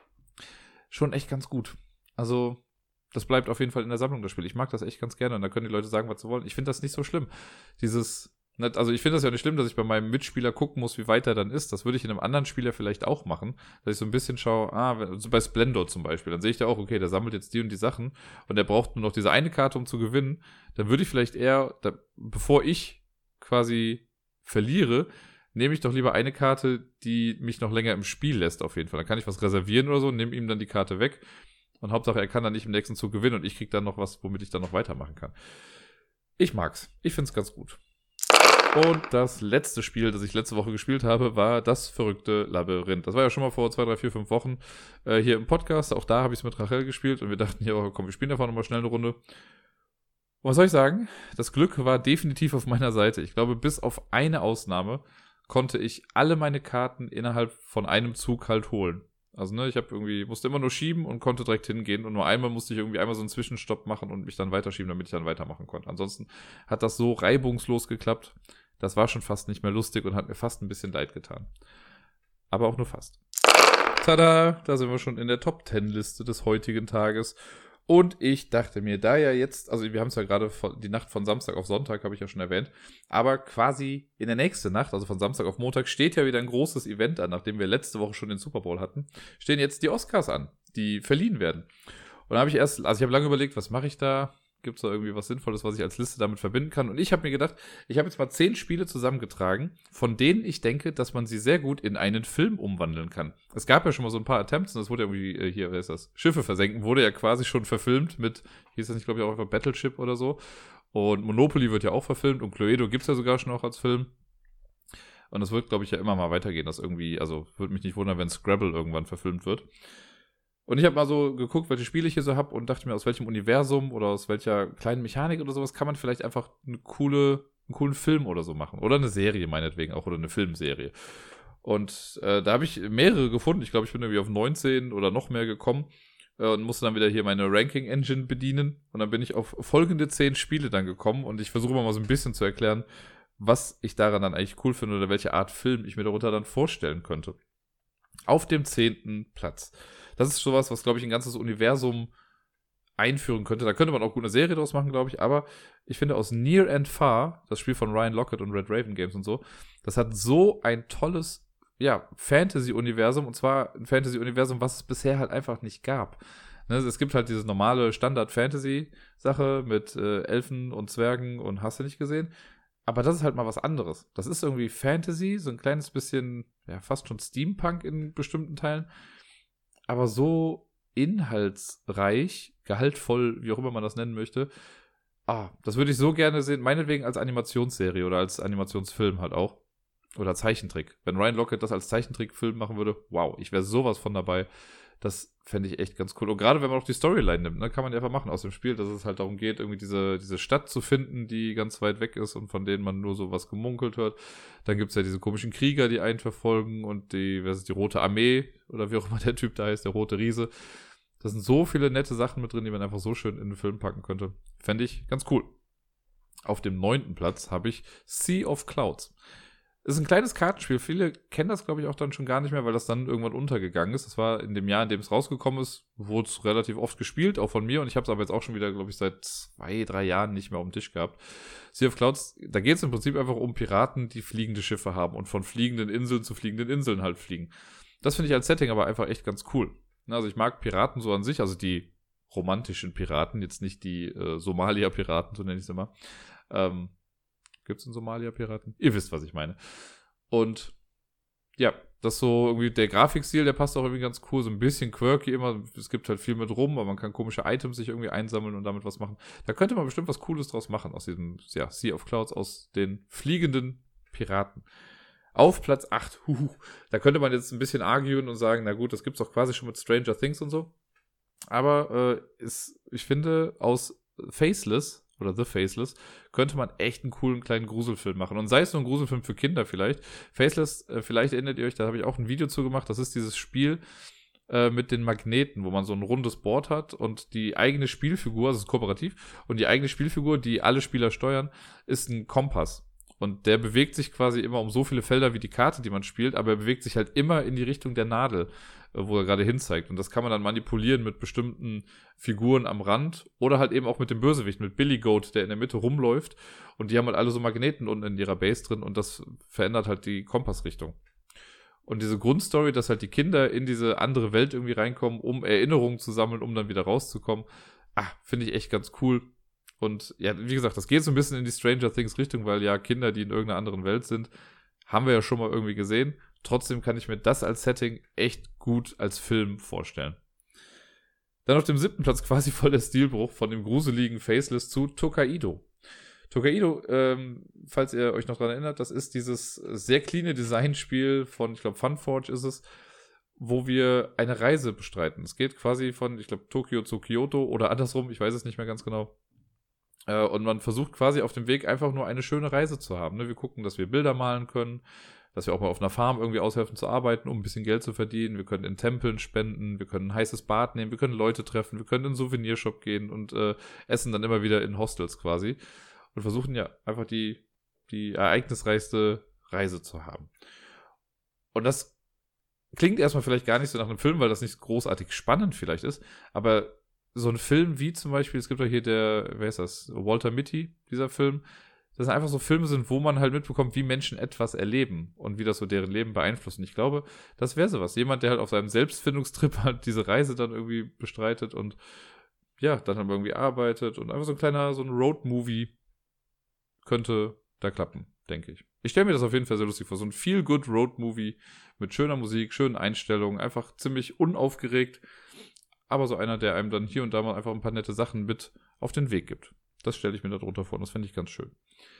Schon echt ganz gut. Also, das bleibt auf jeden Fall in der Sammlung, das Spiel. Ich mag das echt ganz gerne und da können die Leute sagen, was sie wollen. Ich finde das nicht so schlimm. Dieses, also ich finde das ja nicht schlimm, dass ich bei meinem Mitspieler gucken muss, wie weit er dann ist. Das würde ich in einem anderen Spieler vielleicht auch machen, dass ich so ein bisschen schaue, ah, also bei Splendor zum Beispiel, dann sehe ich da auch, okay, der sammelt jetzt die und die Sachen und der braucht nur noch diese eine Karte, um zu gewinnen. Dann würde ich vielleicht eher, da, bevor ich quasi verliere, nehme ich doch lieber eine Karte, die mich noch länger im Spiel lässt auf jeden Fall. Dann kann ich was reservieren oder so, nehme ihm dann die Karte weg. Und Hauptsache, er kann dann nicht im nächsten Zug gewinnen und ich krieg dann noch was, womit ich dann noch weitermachen kann. Ich mag's. Ich find's ganz gut. Und das letzte Spiel, das ich letzte Woche gespielt habe, war das verrückte Labyrinth. Das war ja schon mal vor zwei, drei, vier, fünf Wochen äh, hier im Podcast. Auch da habe ich es mit Rachel gespielt und wir dachten, ja, komm, wir spielen davon nochmal schnell eine Runde. Und was soll ich sagen? Das Glück war definitiv auf meiner Seite. Ich glaube, bis auf eine Ausnahme konnte ich alle meine Karten innerhalb von einem Zug halt holen. Also, ne, ich habe irgendwie, musste immer nur schieben und konnte direkt hingehen und nur einmal musste ich irgendwie einmal so einen Zwischenstopp machen und mich dann weiterschieben, damit ich dann weitermachen konnte. Ansonsten hat das so reibungslos geklappt. Das war schon fast nicht mehr lustig und hat mir fast ein bisschen leid getan. Aber auch nur fast. Tada, da sind wir schon in der Top zehn Liste des heutigen Tages. Und ich dachte mir, da ja jetzt, also wir haben es ja gerade die Nacht von Samstag auf Sonntag, habe ich ja schon erwähnt, aber quasi in der nächsten Nacht, also von Samstag auf Montag, steht ja wieder ein großes Event an, nachdem wir letzte Woche schon den Super Bowl hatten, stehen jetzt die Oscars an, die verliehen werden. Und da habe ich erst, also ich habe lange überlegt, was mache ich da? Gibt es da irgendwie was Sinnvolles, was ich als Liste damit verbinden kann? Und ich habe mir gedacht, ich habe jetzt mal zehn Spiele zusammengetragen, von denen ich denke, dass man sie sehr gut in einen Film umwandeln kann. Es gab ja schon mal so ein paar Attempts und das wurde irgendwie, äh, hier, wer ist das? Schiffe versenken, wurde ja quasi schon verfilmt mit, hieß das nicht, glaube ich, auch einfach Battleship oder so. Und Monopoly wird ja auch verfilmt und Cluedo gibt es ja sogar schon auch als Film. Und das wird, glaube ich, ja immer mal weitergehen, dass irgendwie, also würde mich nicht wundern, wenn Scrabble irgendwann verfilmt wird. Und ich habe mal so geguckt, welche Spiele ich hier so habe und dachte mir, aus welchem Universum oder aus welcher kleinen Mechanik oder sowas kann man vielleicht einfach eine coole, einen coolen Film oder so machen. Oder eine Serie meinetwegen auch, oder eine Filmserie. Und äh, da habe ich mehrere gefunden. Ich glaube, ich bin irgendwie auf neunzehn oder noch mehr gekommen äh, und musste dann wieder hier meine Ranking-Engine bedienen. Und dann bin ich auf folgende zehn Spiele dann gekommen und ich versuche mal so ein bisschen zu erklären, was ich daran dann eigentlich cool finde oder welche Art Film ich mir darunter dann vorstellen könnte. Auf dem zehnten Platz. Das ist sowas, was, glaube ich, ein ganzes Universum einführen könnte. Da könnte man auch gut eine Serie draus machen, glaube ich. Aber ich finde, aus Near and Far, das Spiel von Ryan Lockett und Red Raven Games und so, das hat so ein tolles, ja, Fantasy-Universum. Und zwar ein Fantasy-Universum, was es bisher halt einfach nicht gab. Ne, es gibt halt diese normale Standard-Fantasy-Sache mit äh, Elfen und Zwergen und hast du nicht gesehen. Aber das ist halt mal was anderes. Das ist irgendwie Fantasy, so ein kleines bisschen, ja, fast schon Steampunk in bestimmten Teilen. Aber so inhaltsreich, gehaltvoll, wie auch immer man das nennen möchte. Ah, das würde ich so gerne sehen, meinetwegen als Animationsserie oder als Animationsfilm halt auch. Oder Zeichentrick. Wenn Ryan Lockett das als Zeichentrickfilm machen würde, wow, ich wäre sowas von dabei. Das fände ich echt ganz cool. Und gerade wenn man auch die Storyline nimmt, ne, kann man die einfach machen aus dem Spiel, dass es halt darum geht, irgendwie diese, diese Stadt zu finden, die ganz weit weg ist und von denen man nur so was gemunkelt hört. Dann gibt es ja diese komischen Krieger, die einen verfolgen und die, was ist die Rote Armee oder wie auch immer der Typ da heißt, der Rote Riese. Da sind so viele nette Sachen mit drin, die man einfach so schön in den Film packen könnte. Fände ich ganz cool. Auf dem neunten Platz habe ich Sea of Clouds. ist ein kleines Kartenspiel. Viele kennen das, glaube ich, auch dann schon gar nicht mehr, weil das dann irgendwann untergegangen ist. Das war in dem Jahr, in dem es rausgekommen ist, wurde es relativ oft gespielt, auch von mir. Und ich habe es aber jetzt auch schon wieder, glaube ich, seit zwei, drei Jahren nicht mehr auf dem Tisch gehabt. Sea of Clouds, da geht es im Prinzip einfach um Piraten, die fliegende Schiffe haben und von fliegenden Inseln zu fliegenden Inseln halt fliegen. Das finde ich als Setting aber einfach echt ganz cool. Also ich mag Piraten so an sich, also die romantischen Piraten, jetzt nicht die äh, Somalia-Piraten, so nenne ich es immer. Ähm, Gibt es in Somalia Piraten? Ihr wisst, was ich meine. Und ja, das so irgendwie, der Grafikstil, der passt auch irgendwie ganz cool, so ein bisschen quirky immer. Es gibt halt viel mit rum, aber man kann komische Items sich irgendwie einsammeln und damit was machen. Da könnte man bestimmt was Cooles draus machen aus diesem, ja, Sea of Clouds, aus den fliegenden Piraten. Auf Platz acht, huhu, da könnte man jetzt ein bisschen arguen und sagen, na gut, das gibt's doch quasi schon mit Stranger Things und so. Aber äh, ist, ich finde, aus Faceless oder The Faceless, könnte man echt einen coolen kleinen Gruselfilm machen. Und sei es nur ein Gruselfilm für Kinder vielleicht. Faceless, äh, vielleicht erinnert ihr euch, da habe ich auch ein Video zu gemacht. Das ist dieses Spiel äh, mit den Magneten, wo man so ein rundes Board hat und die eigene Spielfigur, also es ist kooperativ, und die eigene Spielfigur, die alle Spieler steuern, ist ein Kompass. Und der bewegt sich quasi immer um so viele Felder wie die Karte, die man spielt, aber er bewegt sich halt immer in die Richtung der Nadel, wo er gerade hinzeigt. Und das kann man dann manipulieren mit bestimmten Figuren am Rand oder halt eben auch mit dem Bösewicht, mit Billy Goat, der in der Mitte rumläuft. Und die haben halt alle so Magneten unten in ihrer Base drin und das verändert halt die Kompassrichtung. Und diese Grundstory, dass halt die Kinder in diese andere Welt irgendwie reinkommen, um Erinnerungen zu sammeln, um dann wieder rauszukommen, ah, finde ich echt ganz cool. Und ja, wie gesagt, das geht so ein bisschen in die Stranger Things Richtung, weil ja Kinder, die in irgendeiner anderen Welt sind, haben wir ja schon mal irgendwie gesehen. Trotzdem kann ich mir das als Setting echt gut als Film vorstellen. Dann auf dem siebten Platz quasi voll der Stilbruch von dem gruseligen Faceless zu Tokaido. Tokaido, ähm, falls ihr euch noch daran erinnert, das ist dieses sehr cleane Designspiel von, ich glaube, Funforge ist es, wo wir eine Reise bestreiten. Es geht quasi von, ich glaube, Tokio zu Kyoto oder andersrum, ich weiß es nicht mehr ganz genau. Äh, und man versucht quasi auf dem Weg einfach nur eine schöne Reise zu haben. Ne? Wir gucken, dass wir Bilder malen können, dass wir auch mal auf einer Farm irgendwie aushelfen zu arbeiten, um ein bisschen Geld zu verdienen. Wir können in Tempeln spenden, wir können ein heißes Bad nehmen, wir können Leute treffen, wir können in einen Souvenirshop gehen und äh, essen dann immer wieder in Hostels quasi. Und versuchen ja einfach die, die ereignisreichste Reise zu haben. Und das klingt erstmal vielleicht gar nicht so nach einem Film, weil das nicht großartig spannend vielleicht ist, aber so ein Film wie zum Beispiel, es gibt ja hier der, wer ist das, Walter Mitty, dieser Film, das einfach so Filme sind, wo man halt mitbekommt, wie Menschen etwas erleben und wie das so deren Leben beeinflusst. Und ich glaube, das wäre sowas. Jemand, der halt auf seinem Selbstfindungstrip halt diese Reise dann irgendwie bestreitet und ja, dann aber irgendwie arbeitet und einfach so ein kleiner, so ein Road-Movie könnte da klappen, denke ich. Ich stelle mir das auf jeden Fall sehr lustig vor. So ein Feel-Good-Road-Movie mit schöner Musik, schönen Einstellungen, einfach ziemlich unaufgeregt, aber so einer, der einem dann hier und da mal einfach ein paar nette Sachen mit auf den Weg gibt. Das stelle ich mir darunter vor und das finde ich ganz schön.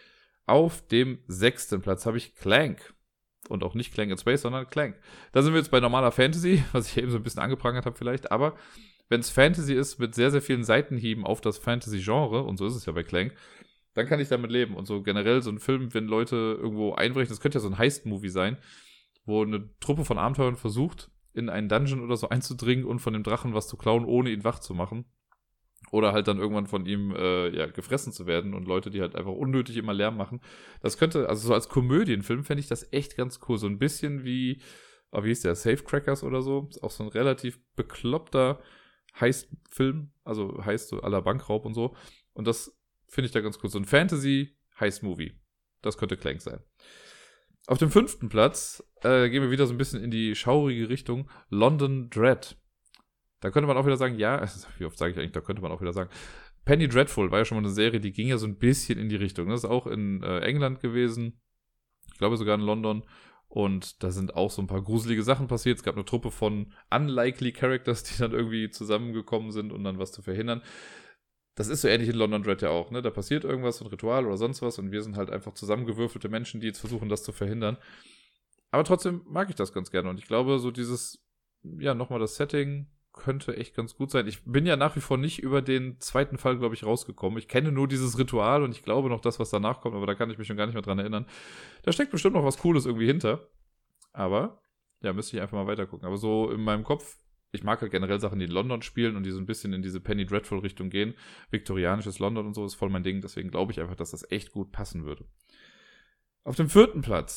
Auf dem sechsten Platz habe ich Clank. Und auch nicht Clank in Space, sondern Clank. Da sind wir jetzt bei normaler Fantasy, was ich eben so ein bisschen angeprangert habe vielleicht. Aber wenn es Fantasy ist mit sehr, sehr vielen Seitenhieben auf das Fantasy-Genre, und so ist es ja bei Clank, dann kann ich damit leben. Und so generell so ein Film, wenn Leute irgendwo einbrechen, das könnte ja so ein Heist-Movie sein, wo eine Truppe von Abenteuern versucht, in einen Dungeon oder so einzudringen und von dem Drachen was zu klauen, ohne ihn wach zu machen. Oder halt dann irgendwann von ihm äh, ja, gefressen zu werden und Leute, die halt einfach unnötig immer Lärm machen. Das könnte, also so als Komödienfilm fände ich das echt ganz cool. So ein bisschen wie, oh, wie hieß der, Safecrackers oder so. Ist auch so ein relativ bekloppter Heist-Film, also Heist so à la Bankraub und so. Und das finde ich da ganz cool. So ein Fantasy-Heist-Movie. Das könnte Clank sein. Auf dem fünften Platz äh, gehen wir wieder so ein bisschen in die schaurige Richtung. London Dread. Da könnte man auch wieder sagen, ja, wie oft sage ich eigentlich, da könnte man auch wieder sagen, Penny Dreadful war ja schon mal eine Serie, die ging ja so ein bisschen in die Richtung. Das ist auch in äh, England gewesen, ich glaube sogar in London. Und da sind auch so ein paar gruselige Sachen passiert. Es gab eine Truppe von unlikely Characters, die dann irgendwie zusammengekommen sind, um dann was zu verhindern. Das ist so ähnlich in London Dread ja auch, ne? Da passiert irgendwas, ein Ritual oder sonst was und wir sind halt einfach zusammengewürfelte Menschen, die jetzt versuchen, das zu verhindern. Aber trotzdem mag ich das ganz gerne und ich glaube, so dieses, ja, nochmal das Setting könnte echt ganz gut sein. Ich bin ja nach wie vor nicht über den zweiten Fall, glaube ich, rausgekommen. Ich kenne nur dieses Ritual und ich glaube noch das, was danach kommt, aber da kann ich mich schon gar nicht mehr dran erinnern. Da steckt bestimmt noch was Cooles irgendwie hinter. Aber, ja, müsste ich einfach mal weiter gucken. Aber so in meinem Kopf, ich mag halt generell Sachen, die in London spielen und die so ein bisschen in diese Penny Dreadful Richtung gehen. Viktorianisches London und so ist voll mein Ding. Deswegen glaube ich einfach, dass das echt gut passen würde. Auf dem vierten Platz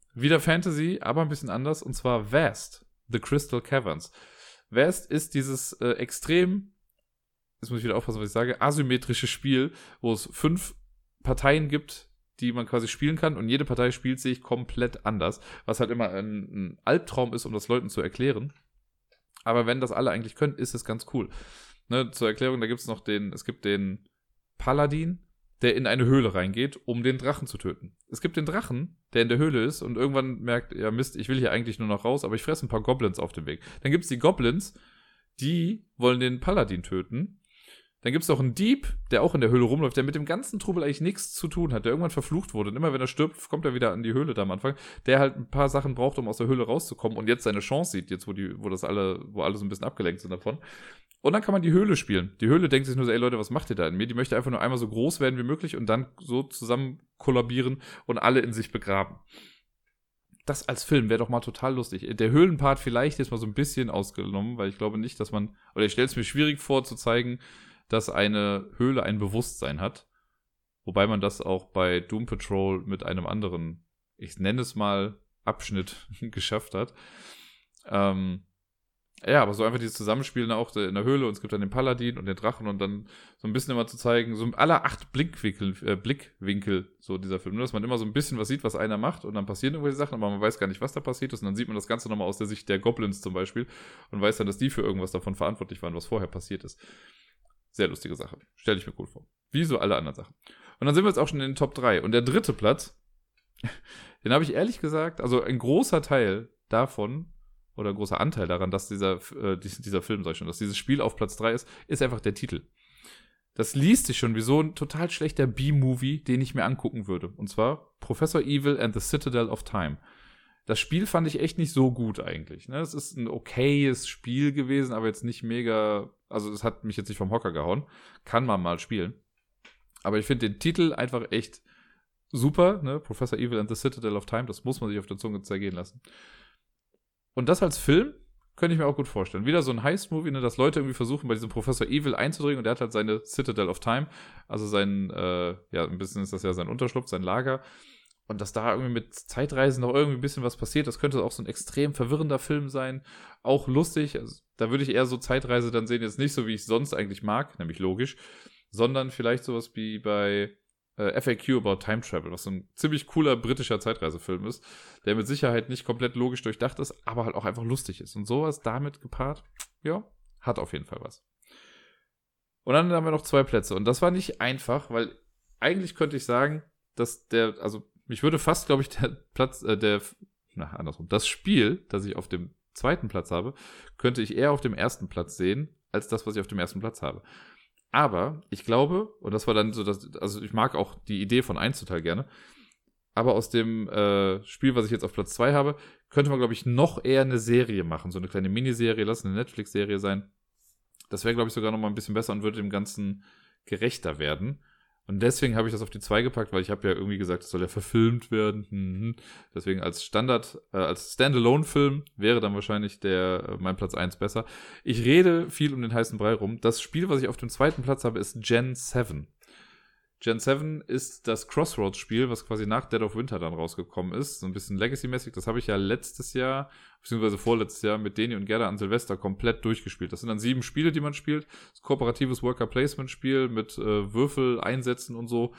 wieder Fantasy, aber ein bisschen anders, und zwar Vast, The Crystal Caverns. Vast ist dieses äh, extrem, jetzt muss ich wieder aufpassen, was ich sage, asymmetrische Spiel, wo es fünf Parteien gibt, die man quasi spielen kann, und jede Partei spielt sich komplett anders, was halt immer ein, ein Albtraum ist, um das Leuten zu erklären. Aber wenn das alle eigentlich können, ist es ganz cool. Ne, zur Erklärung, da gibt es noch den, es gibt den Paladin, der in eine Höhle reingeht, um den Drachen zu töten. Es gibt den Drachen, der in der Höhle ist und irgendwann merkt, ja Mist, ich will hier eigentlich nur noch raus, aber ich fresse ein paar Goblins auf dem Weg. Dann gibt es die Goblins, die wollen den Paladin töten. Dann gibt es noch einen Dieb, der auch in der Höhle rumläuft, der mit dem ganzen Trubel eigentlich nichts zu tun hat, der irgendwann verflucht wurde. Und immer wenn er stirbt, kommt er wieder an die Höhle da am Anfang, der halt ein paar Sachen braucht, um aus der Höhle rauszukommen und jetzt seine Chance sieht, jetzt wo die, wo das alle, wo alle so ein bisschen abgelenkt sind davon. Und dann kann man die Höhle spielen. Die Höhle denkt sich nur so, ey Leute, was macht ihr da in mir? Die möchte einfach nur einmal so groß werden wie möglich und dann so zusammen kollabieren und alle in sich begraben. Das als Film wäre doch mal total lustig. Der Höhlenpart vielleicht jetzt mal so ein bisschen ausgenommen, weil ich glaube nicht, dass man, oder ich stelle es mir schwierig vor zu zeigen, dass eine Höhle ein Bewusstsein hat. Wobei man das auch bei Doom Patrol mit einem anderen, ich nenne es mal, Abschnitt geschafft hat. Ähm, ja, aber so einfach dieses Zusammenspielen auch in der Höhle, und es gibt dann den Paladin und den Drachen und dann so ein bisschen immer zu zeigen, so aller acht Blickwinkel, äh, Blickwinkel, so dieser Film, nur dass man immer so ein bisschen was sieht, was einer macht und dann passieren irgendwelche Sachen, aber man weiß gar nicht, was da passiert ist und dann sieht man das Ganze nochmal aus der Sicht der Goblins zum Beispiel und weiß dann, dass die für irgendwas davon verantwortlich waren, was vorher passiert ist. Sehr lustige Sache. Stelle ich mir cool vor. Wie so alle anderen Sachen. Und dann sind wir jetzt auch schon in den Top drei. Und der dritte Platz, den habe ich ehrlich gesagt, also ein großer Teil davon, oder ein großer Anteil daran, dass dieser, äh, dieser Film, sag ich schon, dass dieses Spiel auf Platz drei ist, ist einfach der Titel. Das liest sich schon wie so ein total schlechter B-Movie, den ich mir angucken würde. Und zwar Professor Evil and the Citadel of Time. Das Spiel fand ich echt nicht so gut eigentlich. Ne? Es ist ein okayes Spiel gewesen, aber jetzt nicht mega, also es hat mich jetzt nicht vom Hocker gehauen. Kann man mal spielen. Aber ich finde den Titel einfach echt super. Ne? Professor Evil and the Citadel of Time, das muss man sich auf der Zunge zergehen lassen. Und das als Film könnte ich mir auch gut vorstellen. Wieder so ein Heist-Movie, ne, dass Leute irgendwie versuchen, bei diesem Professor Evil einzudringen und der hat halt seine Citadel of Time, also sein, äh, ja, ein bisschen ist das ja sein Unterschlupf, sein Lager. Und dass da irgendwie mit Zeitreisen noch irgendwie ein bisschen was passiert, das könnte auch so ein extrem verwirrender Film sein. Auch lustig, also, da würde ich eher so Zeitreise dann sehen, jetzt nicht so, wie ich es sonst eigentlich mag, nämlich logisch, sondern vielleicht sowas wie bei äh, F A Q About Time Travel, was so ein ziemlich cooler britischer Zeitreisefilm ist, der mit Sicherheit nicht komplett logisch durchdacht ist, aber halt auch einfach lustig ist. Und sowas damit gepaart, ja, hat auf jeden Fall was. Und dann haben wir noch zwei Plätze. Und das war nicht einfach, weil eigentlich könnte ich sagen, dass der, also mich würde fast, glaube ich, der Platz, äh, der, na, andersrum, das Spiel, das ich auf dem zweiten Platz habe, könnte ich eher auf dem ersten Platz sehen, als das, was ich auf dem ersten Platz habe. Aber ich glaube, und das war dann so, dass, also ich mag auch die Idee von eins total gerne, aber aus dem äh, Spiel, was ich jetzt auf Platz zwei habe, könnte man, glaube ich, noch eher eine Serie machen, so eine kleine Miniserie, lass eine Netflix-Serie sein. Das wäre, glaube ich, sogar noch mal ein bisschen besser und würde dem Ganzen gerechter werden. Und deswegen habe ich das auf die zwei gepackt, weil ich habe ja irgendwie gesagt, es soll ja verfilmt werden. Mhm. Deswegen als Standard, äh, als Standalone-Film wäre dann wahrscheinlich der äh, mein Platz eins besser. Ich rede viel um den heißen Brei rum. Das Spiel, was ich auf dem zweiten Platz habe, ist Gen sieben. Gen sieben ist das Crossroads-Spiel, was quasi nach Dead of Winter dann rausgekommen ist. So ein bisschen Legacy-mäßig. Das habe ich ja letztes Jahr, beziehungsweise vorletztes Jahr mit Deni und Gerda an Silvester komplett durchgespielt. Das sind dann sieben Spiele, die man spielt. Das ist ein kooperatives Worker-Placement-Spiel mit äh, Würfel, Einsätzen und so.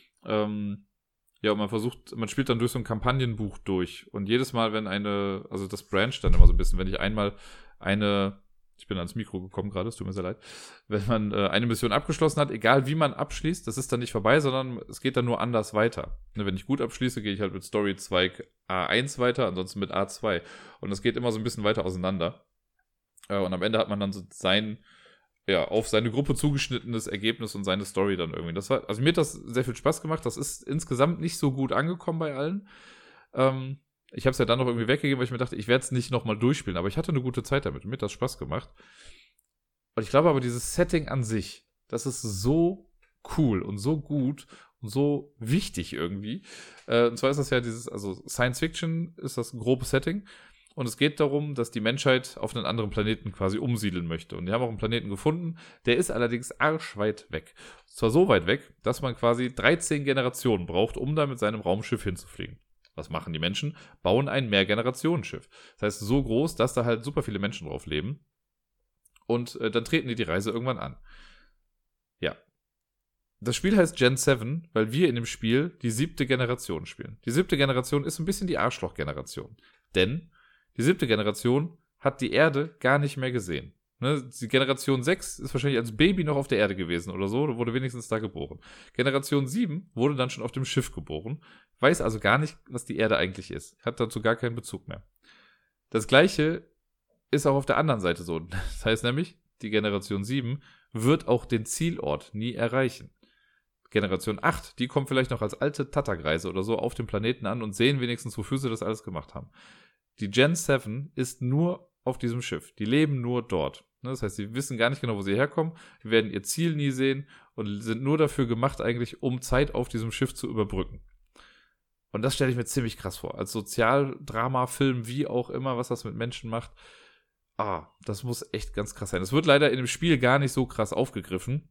Ähm, ja, und man versucht, man spielt dann durch so ein Kampagnenbuch durch. Und jedes Mal, wenn eine, also das brancht dann immer so ein bisschen, wenn ich einmal eine... Ich bin ans Mikro gekommen gerade, es tut mir sehr leid. Wenn man äh, eine Mission abgeschlossen hat, egal wie man abschließt, das ist dann nicht vorbei, sondern es geht dann nur anders weiter. Ne, wenn ich gut abschließe, gehe ich halt mit Story zwei A eins weiter, ansonsten mit A zwei. Und das geht immer so ein bisschen weiter auseinander. Äh, und am Ende hat man dann so sein, ja, auf seine Gruppe zugeschnittenes Ergebnis und seine Story dann irgendwie. Das war, also mir hat das sehr viel Spaß gemacht. Das ist insgesamt nicht so gut angekommen bei allen. Ähm, Ich habe es ja dann noch irgendwie weggegeben, weil ich mir dachte, ich werde es nicht nochmal durchspielen. Aber ich hatte eine gute Zeit damit. Mir hat das Spaß gemacht. Und ich glaube aber, dieses Setting an sich, das ist so cool und so gut und so wichtig irgendwie. Äh, und zwar ist das ja dieses, also Science Fiction ist das grobe Setting. Und es geht darum, dass die Menschheit auf einen anderen Planeten quasi umsiedeln möchte. Und die haben auch einen Planeten gefunden. Der ist allerdings arschweit weg. Und zwar so weit weg, dass man quasi dreizehn Generationen braucht, um da mit seinem Raumschiff hinzufliegen. Was machen die Menschen? Bauen ein Mehrgenerationenschiff. Das heißt, so groß, dass da halt super viele Menschen drauf leben. Und äh, dann treten die die Reise irgendwann an. Ja. Das Spiel heißt Gen sieben, weil wir in dem Spiel die siebte Generation spielen. Die siebte Generation ist ein bisschen die Arschloch-Generation. Denn die siebte Generation hat die Erde gar nicht mehr gesehen. Ne? Die Generation sechs ist wahrscheinlich als Baby noch auf der Erde gewesen oder so, wurde wenigstens da geboren. Generation sieben wurde dann schon auf dem Schiff geboren, weiß also gar nicht, was die Erde eigentlich ist. Hat dazu gar keinen Bezug mehr. Das Gleiche ist auch auf der anderen Seite so. Das heißt nämlich, die Generation sieben wird auch den Zielort nie erreichen. Generation acht, die kommen vielleicht noch als alte Tattergreise oder so auf dem Planeten an und sehen wenigstens, wofür sie das alles gemacht haben. Die Gen sieben ist nur auf diesem Schiff. Die leben nur dort. Das heißt, sie wissen gar nicht genau, wo sie herkommen. Die werden ihr Ziel nie sehen und sind nur dafür gemacht eigentlich, um Zeit auf diesem Schiff zu überbrücken. Und das stelle ich mir ziemlich krass vor. Als Sozialdrama-Film, wie auch immer, was das mit Menschen macht. Ah, das muss echt ganz krass sein. Das wird leider in dem Spiel gar nicht so krass aufgegriffen.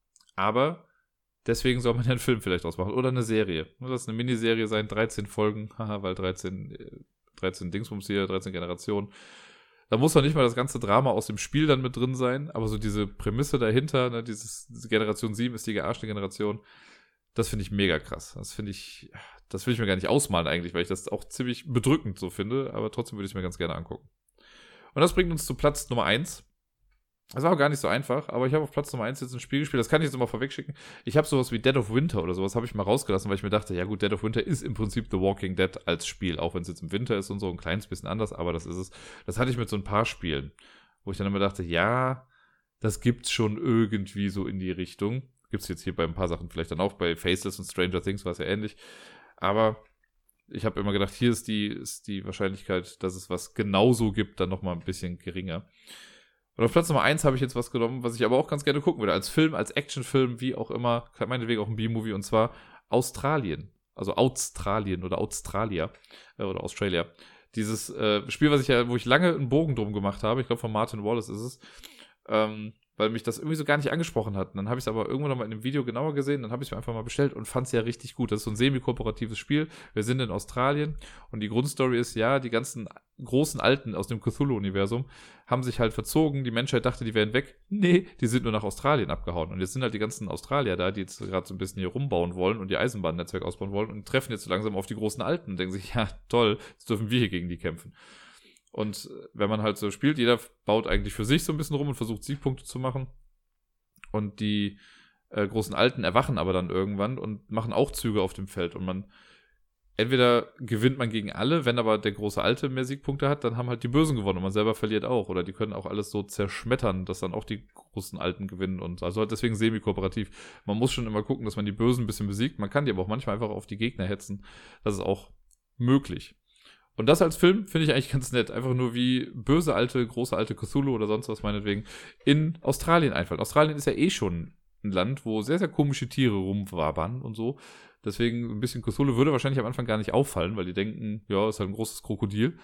Aber deswegen soll man ja einen Film vielleicht ausmachen. Oder eine Serie. Muss das eine Miniserie sein, dreizehn Folgen. Haha, weil dreizehn, dreizehn Dingsbums hier, dreizehn Generationen. Da muss doch nicht mal das ganze Drama aus dem Spiel dann mit drin sein. Aber so diese Prämisse dahinter, ne, dieses, diese Generation sieben ist die gearschte Generation. Das finde ich mega krass. Das finde ich, das will ich mir gar nicht ausmalen eigentlich, weil ich das auch ziemlich bedrückend so finde. Aber trotzdem würde ich es mir ganz gerne angucken. Und das bringt uns zu Platz Nummer eins. Das war auch gar nicht so einfach, aber ich habe auf Platz Nummer eins jetzt ein Spiel gespielt, das kann ich jetzt immer vorwegschicken. Ich habe sowas wie Dead of Winter oder sowas habe ich mal rausgelassen, weil ich mir dachte, ja gut, Dead of Winter ist im Prinzip The Walking Dead als Spiel, auch wenn es jetzt im Winter ist und so, ein kleines bisschen anders, aber das ist es. Das hatte ich mit so ein paar Spielen, wo ich dann immer dachte, ja, das gibt's schon irgendwie so in die Richtung. Gibt's jetzt hier bei ein paar Sachen vielleicht dann auch, bei Faceless und Stranger Things war es ja ähnlich. Aber ich habe immer gedacht, hier ist die, ist die Wahrscheinlichkeit, dass es was genauso gibt, dann nochmal ein bisschen geringer. Und auf Platz Nummer eins habe ich jetzt was genommen, was ich aber auch ganz gerne gucken würde. Als Film, als Actionfilm, wie auch immer. Meinetwegen auch ein B-Movie. Und zwar Australien. Also Australien oder Australia. Äh, oder Australia. Dieses äh, Spiel, was ich ja, wo ich lange einen Bogen drum gemacht habe. Ich glaube, von Martin Wallace ist es. Ähm, weil mich das irgendwie so gar nicht angesprochen hat. Und dann habe ich es aber irgendwann noch mal in einem Video genauer gesehen, dann habe ich es mir einfach mal bestellt und fand es ja richtig gut. Das ist so ein semi-kooperatives Spiel. Wir sind in Australien und die Grundstory ist, ja, die ganzen großen Alten aus dem Cthulhu-Universum haben sich halt verzogen. Die Menschheit dachte, die wären weg. Nee, die sind nur nach Australien abgehauen. Und jetzt sind halt die ganzen Australier da, die jetzt gerade so ein bisschen hier rumbauen wollen und ihr Eisenbahnnetzwerk ausbauen wollen und treffen jetzt so langsam auf die großen Alten und denken sich, ja, toll, jetzt dürfen wir hier gegen die kämpfen. Und wenn man halt so spielt, jeder baut eigentlich für sich so ein bisschen rum und versucht Siegpunkte zu machen. Und die äh, großen Alten erwachen aber dann irgendwann und machen auch Züge auf dem Feld. Und man, entweder gewinnt man gegen alle, wenn aber der große Alte mehr Siegpunkte hat, dann haben halt die Bösen gewonnen und man selber verliert auch. Oder die können auch alles so zerschmettern, dass dann auch die großen Alten gewinnen. Und also halt deswegen semi-kooperativ. Man muss schon immer gucken, dass man die Bösen ein bisschen besiegt. Man kann die aber auch manchmal einfach auf die Gegner hetzen. Das ist auch möglich. Und das als Film finde ich eigentlich ganz nett. Einfach nur wie böse alte, große alte Cthulhu oder sonst was meinetwegen in Australien einfallen. Australien ist ja eh schon ein Land, wo sehr, sehr komische Tiere rumwabern und so. Deswegen ein bisschen Cthulhu würde wahrscheinlich am Anfang gar nicht auffallen, weil die denken, ja, ist halt ein großes Krokodil.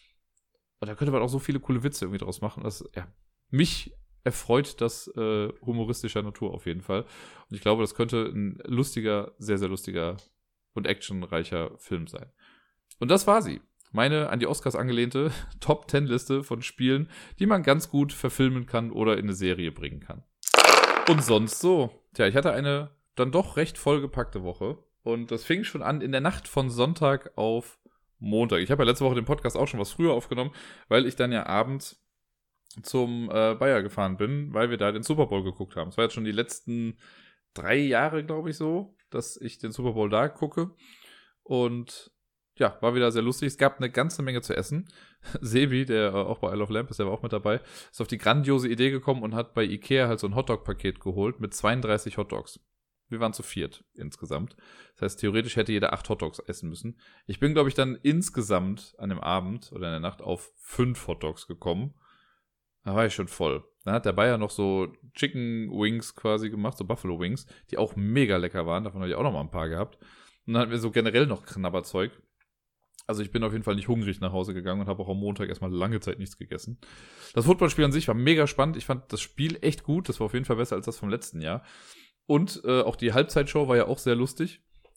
Und da könnte man auch so viele coole Witze irgendwie draus machen. Das, ja, mich erfreut das äh, humoristischer Natur auf jeden Fall. Und ich glaube, das könnte ein lustiger, sehr, sehr lustiger und actionreicher Film sein. Und das war sie. Meine an die Oscars angelehnte Top zehn Liste von Spielen, die man ganz gut verfilmen kann oder in eine Serie bringen kann. Und sonst so. Tja, ich hatte eine dann doch recht vollgepackte Woche. Und das fing schon an in der Nacht von Sonntag auf Montag. Ich habe ja letzte Woche den Podcast auch schon was früher aufgenommen, weil ich dann ja abends zum äh, Bayer gefahren bin, weil wir da den Super Bowl geguckt haben. Es war jetzt schon die letzten drei Jahre, glaube ich, so, dass ich den Super Bowl da gucke. Und ja, war wieder sehr lustig. Es gab eine ganze Menge zu essen. Sebi, der äh, auch bei Isle of Lamp ist, der war auch mit dabei, ist auf die grandiose Idee gekommen und hat bei Ikea halt so ein Hotdog-Paket geholt mit zweiunddreißig Hotdogs. Wir waren zu viert insgesamt. Das heißt, theoretisch hätte jeder acht Hotdogs essen müssen. Ich bin, glaube ich, dann insgesamt an dem Abend oder in der Nacht auf fünf Hotdogs gekommen. Da war ich schon voll. Dann hat der Bayer noch so Chicken Wings quasi gemacht, so Buffalo Wings, die auch mega lecker waren. Davon habe ich auch noch mal ein paar gehabt. Und dann hatten wir so generell noch Knabberzeug. Also ich bin auf jeden Fall nicht hungrig nach Hause gegangen und habe auch am Montag erstmal lange Zeit nichts gegessen. Das Footballspiel an sich war mega spannend. Ich fand das Spiel echt gut. Das war auf jeden Fall besser als das vom letzten Jahr. Und äh, auch die Halbzeitshow war ja auch sehr lustig.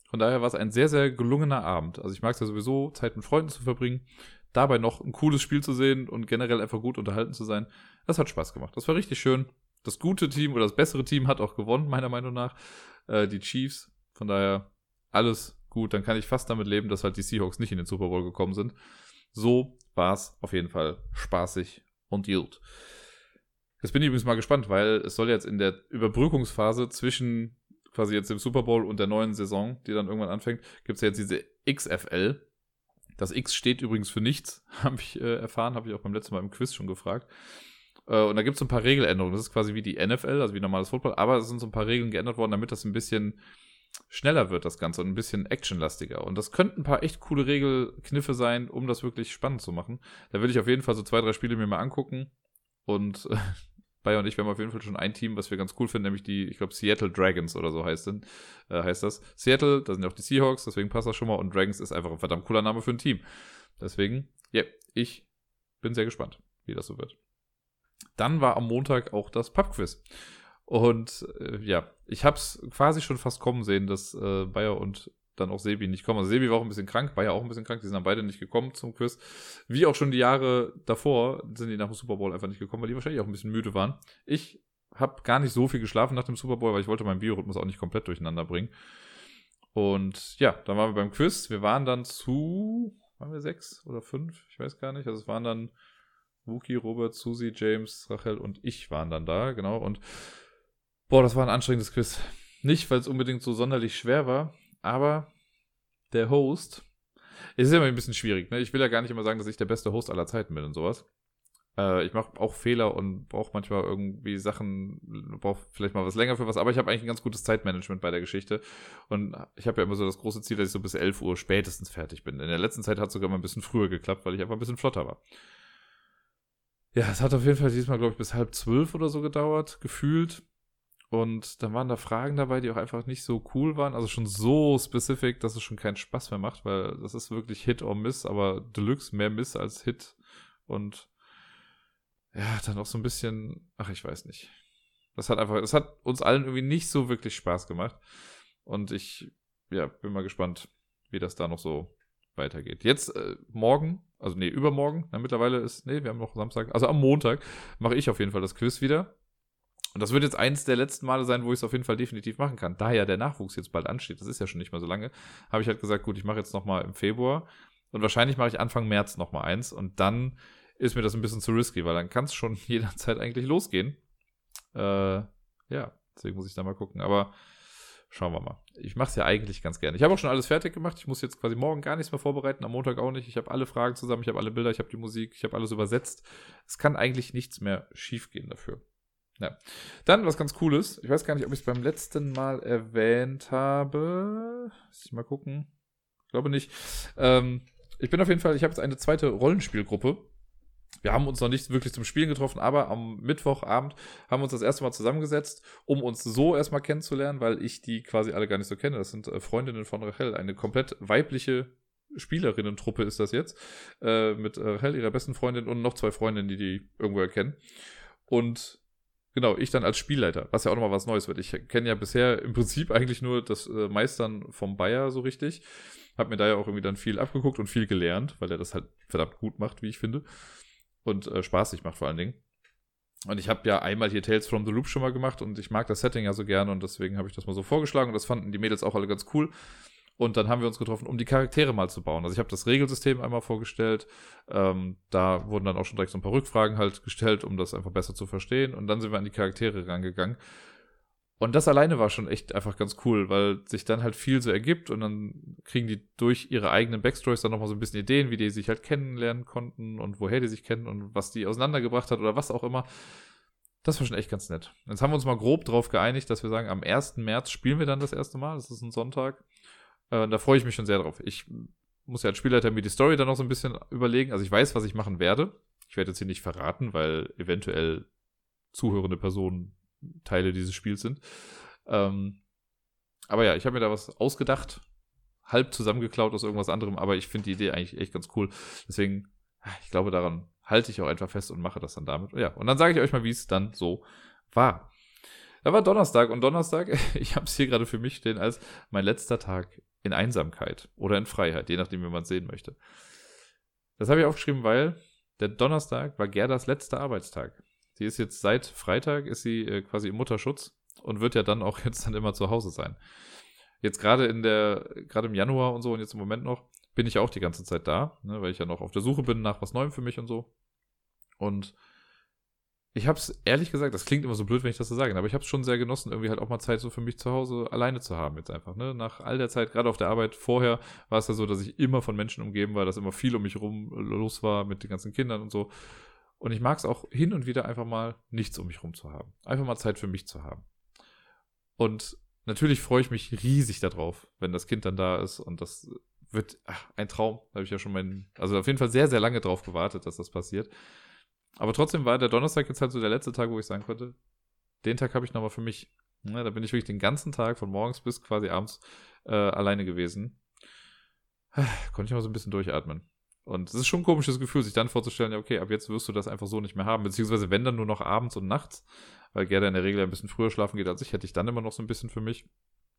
Von daher war es ein sehr, sehr gelungener Abend. Also ich mag es ja sowieso, Zeit mit Freunden zu verbringen, dabei noch ein cooles Spiel zu sehen und generell einfach gut unterhalten zu sein. Das hat Spaß gemacht. Das war richtig schön. Das gute Team oder das bessere Team hat auch gewonnen, meiner Meinung nach. Äh, die Chiefs. Von daher alles gut. Dann kann ich fast damit leben, dass halt die Seahawks nicht in den Super Bowl gekommen sind. So war es auf jeden Fall spaßig und gut. Jetzt bin ich übrigens mal gespannt, weil es soll jetzt in der Überbrückungsphase zwischen quasi jetzt dem Super Bowl und der neuen Saison, die dann irgendwann anfängt, gibt es ja jetzt diese X F L. Das X steht übrigens für nichts, habe ich äh, erfahren, habe ich auch beim letzten Mal im Quiz schon gefragt. Äh, und da gibt es so ein paar Regeländerungen. Das ist quasi wie die N F L, also wie normales Football, aber es sind so ein paar Regeln geändert worden, damit das ein bisschen schneller wird, das Ganze, und ein bisschen actionlastiger. Und das könnten ein paar echt coole Regelkniffe sein, um das wirklich spannend zu machen. Da will ich auf jeden Fall so zwei, drei Spiele mir mal angucken. Und äh, Bayer und ich, wir haben auf jeden Fall schon ein Team, was wir ganz cool finden, nämlich die, ich glaube, Seattle Dragons oder so heißt, denn, äh, heißt das. Seattle, da sind ja auch die Seahawks, deswegen passt das schon mal. Und Dragons ist einfach ein verdammt cooler Name für ein Team. Deswegen, ja, yeah, ich bin sehr gespannt, wie das so wird. Dann war am Montag auch das Pubquiz. Und äh, ja, ich habe es quasi schon fast kommen sehen, dass äh, Bayer und dann auch Sebi nicht kommen. Also Sebi war auch ein bisschen krank, Bayer auch ein bisschen krank, die sind dann beide nicht gekommen zum Quiz. Wie auch schon die Jahre davor sind die nach dem Super Bowl einfach nicht gekommen, weil die wahrscheinlich auch ein bisschen müde waren. Ich habe gar nicht so viel geschlafen nach dem Super Bowl, weil ich wollte meinen Biorhythmus auch nicht komplett durcheinander bringen. Und ja, dann waren wir beim Quiz. Wir waren dann zu, waren wir sechs oder fünf? Ich weiß gar nicht. Also es waren dann Wookie, Robert, Susi, James, Rachel und ich waren dann da, genau. Und boah, das war ein anstrengendes Quiz. Nicht, weil es unbedingt so sonderlich schwer war, aber der Host, es ist ja immer ein bisschen schwierig, ne? Ich will ja gar nicht immer sagen, dass ich der beste Host aller Zeiten bin und sowas. Äh, ich mache auch Fehler und brauche manchmal irgendwie Sachen, brauche vielleicht mal was länger für was, aber ich habe eigentlich ein ganz gutes Zeitmanagement bei der Geschichte. Und ich habe ja immer so das große Ziel, dass ich so bis elf Uhr spätestens fertig bin. In der letzten Zeit hat es sogar mal ein bisschen früher geklappt, weil ich einfach ein bisschen flotter war. Ja, es hat auf jeden Fall diesmal, glaube ich, bis halb zwölf oder so gedauert, gefühlt. Und dann waren da Fragen dabei, die auch einfach nicht so cool waren. Also schon so specific, dass es schon keinen Spaß mehr macht, weil das ist wirklich Hit or Miss, aber Deluxe mehr Miss als Hit. Und ja, dann auch so ein bisschen, ach, ich weiß nicht. Das hat einfach, das hat uns allen irgendwie nicht so wirklich Spaß gemacht. Und ich, ja, bin mal gespannt, wie das da noch so weitergeht. Jetzt äh, morgen, also nee, übermorgen, na, mittlerweile ist, nee, wir haben noch Samstag, also am Montag mache ich auf jeden Fall das Quiz wieder. Und das wird jetzt eins der letzten Male sein, wo ich es auf jeden Fall definitiv machen kann. Da ja der Nachwuchs jetzt bald ansteht, das ist ja schon nicht mehr so lange, habe ich halt gesagt, gut, ich mache jetzt nochmal im Februar und wahrscheinlich mache ich Anfang März nochmal eins und dann ist mir das ein bisschen zu risky, weil dann kann es schon jederzeit eigentlich losgehen. Äh, ja, deswegen muss ich da mal gucken, aber schauen wir mal. Ich mache es ja eigentlich ganz gerne. Ich habe auch schon alles fertig gemacht, ich muss jetzt quasi morgen gar nichts mehr vorbereiten, am Montag auch nicht. Ich habe alle Fragen zusammen, ich habe alle Bilder, ich habe die Musik, ich habe alles übersetzt. Es kann eigentlich nichts mehr schief gehen dafür. Ja. Dann was ganz Cooles. Ich weiß gar nicht, ob ich es beim letzten Mal erwähnt habe. Lass ich mal gucken. Ich glaube nicht. Ähm, ich bin auf jeden Fall, ich habe jetzt eine zweite Rollenspielgruppe. Wir haben uns noch nicht wirklich zum Spielen getroffen, aber am Mittwochabend haben wir uns das erste Mal zusammengesetzt, um uns so erstmal kennenzulernen, weil ich die quasi alle gar nicht so kenne. Das sind äh, Freundinnen von Rachel, eine komplett weibliche Spielerinnen-Truppe ist das jetzt. Äh, mit Rachel, ihrer besten Freundin, und noch zwei Freundinnen, die die irgendwo erkennen. Und genau, ich dann als Spielleiter, was ja auch nochmal was Neues wird. Ich kenne ja bisher im Prinzip eigentlich nur das äh, Meistern vom Bayer so richtig. Hab mir da ja auch irgendwie dann viel abgeguckt und viel gelernt, weil er das halt verdammt gut macht, wie ich finde. Und äh, spaßig macht vor allen Dingen. Und ich habe ja einmal hier Tales from the Loop schon mal gemacht und ich mag das Setting ja so gerne und deswegen habe ich das mal so vorgeschlagen und das fanden die Mädels auch alle ganz cool. Und dann haben wir uns getroffen, um die Charaktere mal zu bauen. Also ich habe das Regelsystem einmal vorgestellt. Ähm, da wurden dann auch schon direkt so ein paar Rückfragen halt gestellt, um das einfach besser zu verstehen. Und dann sind wir an die Charaktere rangegangen. Und das alleine war schon echt einfach ganz cool, weil sich dann halt viel so ergibt und dann kriegen die durch ihre eigenen Backstories dann nochmal so ein bisschen Ideen, wie die sich halt kennenlernen konnten und woher die sich kennen und was die auseinandergebracht hat oder was auch immer. Das war schon echt ganz nett. Jetzt haben wir uns mal grob drauf geeinigt, dass wir sagen, am ersten März spielen wir dann das erste Mal. Das ist ein Sonntag. Äh, da freue ich mich schon sehr drauf. Ich muss ja als Spielleiter mir die Story dann noch so ein bisschen überlegen. Also ich weiß, was ich machen werde. Ich werde jetzt hier nicht verraten, weil eventuell zuhörende Personen Teile dieses Spiels sind. Ähm, aber ja, ich habe mir da was ausgedacht, halb zusammengeklaut aus irgendwas anderem, aber ich finde die Idee eigentlich echt ganz cool. Deswegen, ich glaube, daran halte ich auch einfach fest und mache das dann damit. Ja, und dann sage ich euch mal, wie es dann so war. Da war Donnerstag und Donnerstag, ich habe es hier gerade für mich stehen als mein letzter Tag in Einsamkeit oder in Freiheit, je nachdem, wie man es sehen möchte. Das habe ich aufgeschrieben, weil der Donnerstag war Gerdas letzter Arbeitstag. Sie ist jetzt seit Freitag, ist sie äh, quasi im Mutterschutz und wird ja dann auch jetzt dann immer zu Hause sein. Jetzt gerade in der, gerade im Januar und so und jetzt im Moment noch, bin ich auch die ganze Zeit da, ne, weil ich ja noch auf der Suche bin nach was Neuem für mich und so. Und ich habe es ehrlich gesagt, das klingt immer so blöd, wenn ich das so sage, aber ich habe es schon sehr genossen, irgendwie halt auch mal Zeit so für mich zu Hause alleine zu haben jetzt einfach. Ne? Nach all der Zeit, gerade auf der Arbeit vorher, war es ja so, dass ich immer von Menschen umgeben war, dass immer viel um mich rum los war mit den ganzen Kindern und so. Und ich mag es auch hin und wieder einfach mal nichts um mich rum zu haben. Einfach mal Zeit für mich zu haben. Und natürlich freue ich mich riesig darauf, wenn das Kind dann da ist und das wird ach, ein Traum. Da habe ich ja schon meinen, also auf jeden Fall sehr, sehr lange drauf gewartet, dass das passiert. Aber trotzdem war der Donnerstag jetzt halt so der letzte Tag, wo ich sagen konnte, den Tag habe ich nochmal für mich. Ja, da bin ich wirklich den ganzen Tag von morgens bis quasi abends äh, alleine gewesen. Konnte ich mal so ein bisschen durchatmen. Und es ist schon ein komisches Gefühl, sich dann vorzustellen, ja okay, ab jetzt wirst du das einfach so nicht mehr haben. Beziehungsweise wenn dann nur noch abends und nachts, weil Gerda in der Regel ein bisschen früher schlafen geht als ich, hätte ich dann immer noch so ein bisschen für mich.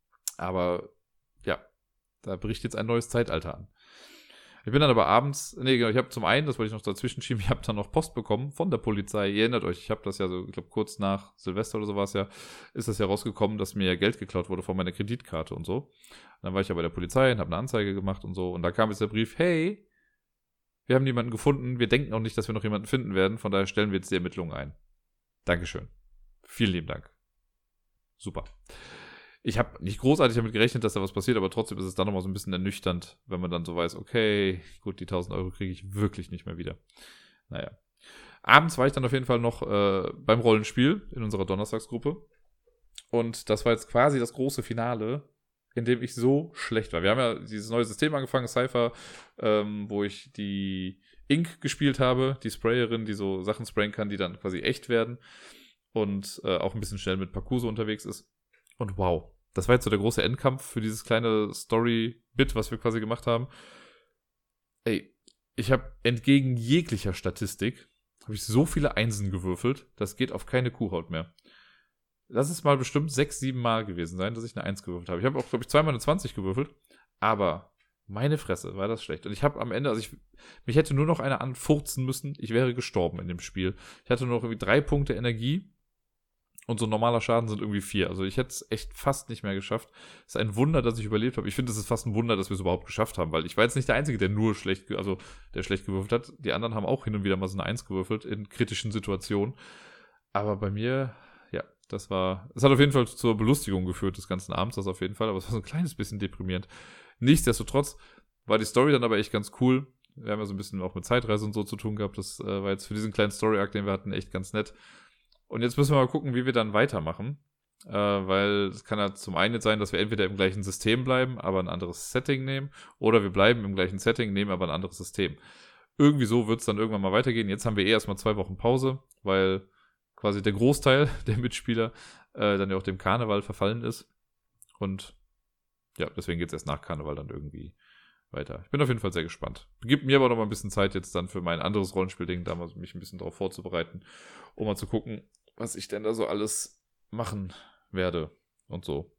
Aber ja, da bricht jetzt ein neues Zeitalter an. Ich bin dann aber abends, nee, genau, ich habe zum einen, das wollte ich noch dazwischen schieben, ich habe dann noch Post bekommen von der Polizei. Ihr erinnert euch, ich habe das ja so, ich glaube kurz nach Silvester oder so war es ja, ist das ja rausgekommen, dass mir ja Geld geklaut wurde von meiner Kreditkarte und so. Und dann war ich ja bei der Polizei und habe eine Anzeige gemacht und so. Und da kam jetzt der Brief, hey, wir haben niemanden gefunden, wir denken auch nicht, dass wir noch jemanden finden werden, von daher stellen wir jetzt die Ermittlungen ein. Dankeschön. Vielen lieben Dank. Super. Ich habe nicht großartig damit gerechnet, dass da was passiert, aber trotzdem ist es dann nochmal so ein bisschen ernüchternd, wenn man dann so weiß, okay, gut, die tausend Euro kriege ich wirklich nicht mehr wieder. Naja. Abends war ich dann auf jeden Fall noch äh, beim Rollenspiel in unserer Donnerstagsgruppe. Und das war jetzt quasi das große Finale, in dem ich so schlecht war. Wir haben ja dieses neue System angefangen, Cypher, ähm, wo ich die Ink gespielt habe, die Sprayerin, die so Sachen sprayen kann, die dann quasi echt werden. Und äh, auch ein bisschen schnell mit Parcours unterwegs ist. Und wow, das war jetzt so der große Endkampf für dieses kleine Story-Bit, was wir quasi gemacht haben. Ey, ich habe entgegen jeglicher Statistik, habe ich so viele Einsen gewürfelt, das geht auf keine Kuhhaut mehr. Lass es mal bestimmt sechs, sieben Mal gewesen sein, dass ich eine Eins gewürfelt habe. Ich habe auch, glaube ich, zweimal eine zwanzig gewürfelt, aber meine Fresse, war das schlecht. Und ich habe am Ende, also ich, mich hätte nur noch eine anfurzen müssen, ich wäre gestorben in dem Spiel. Ich hatte nur noch irgendwie drei Punkte Energie. Und so ein normaler Schaden sind irgendwie vier. Also ich hätte es echt fast nicht mehr geschafft. Es ist ein Wunder, dass ich überlebt habe. Ich finde, es ist fast ein Wunder, dass wir es überhaupt geschafft haben, weil ich war jetzt nicht der Einzige, der nur schlecht, also der schlecht gewürfelt hat. Die anderen haben auch hin und wieder mal so eine Eins gewürfelt in kritischen Situationen. Aber bei mir, ja, das war, es hat auf jeden Fall zur Belustigung geführt des ganzen Abends, das auf jeden Fall. Aber es war so ein kleines bisschen deprimierend. Nichtsdestotrotz war die Story dann aber echt ganz cool. Wir haben ja so ein bisschen auch mit Zeitreise und so zu tun gehabt. Das äh, war jetzt für diesen kleinen Story-Arc, den wir hatten, echt ganz nett. Und jetzt müssen wir mal gucken, wie wir dann weitermachen. Äh, weil es kann ja zum einen jetzt sein, dass wir entweder im gleichen System bleiben, aber ein anderes Setting nehmen. Oder wir bleiben im gleichen Setting, nehmen aber ein anderes System. Irgendwie so wird es dann irgendwann mal weitergehen. Jetzt haben wir eh erstmal zwei Wochen Pause, weil quasi der Großteil der Mitspieler äh, dann ja auch dem Karneval verfallen ist. Und ja, deswegen geht es erst nach Karneval dann irgendwie weiter. Ich bin auf jeden Fall sehr gespannt. Gibt mir aber noch mal ein bisschen Zeit jetzt dann für mein anderes Rollenspielding, da mal mich ein bisschen darauf vorzubereiten, um mal zu gucken, was ich denn da so alles machen werde und so.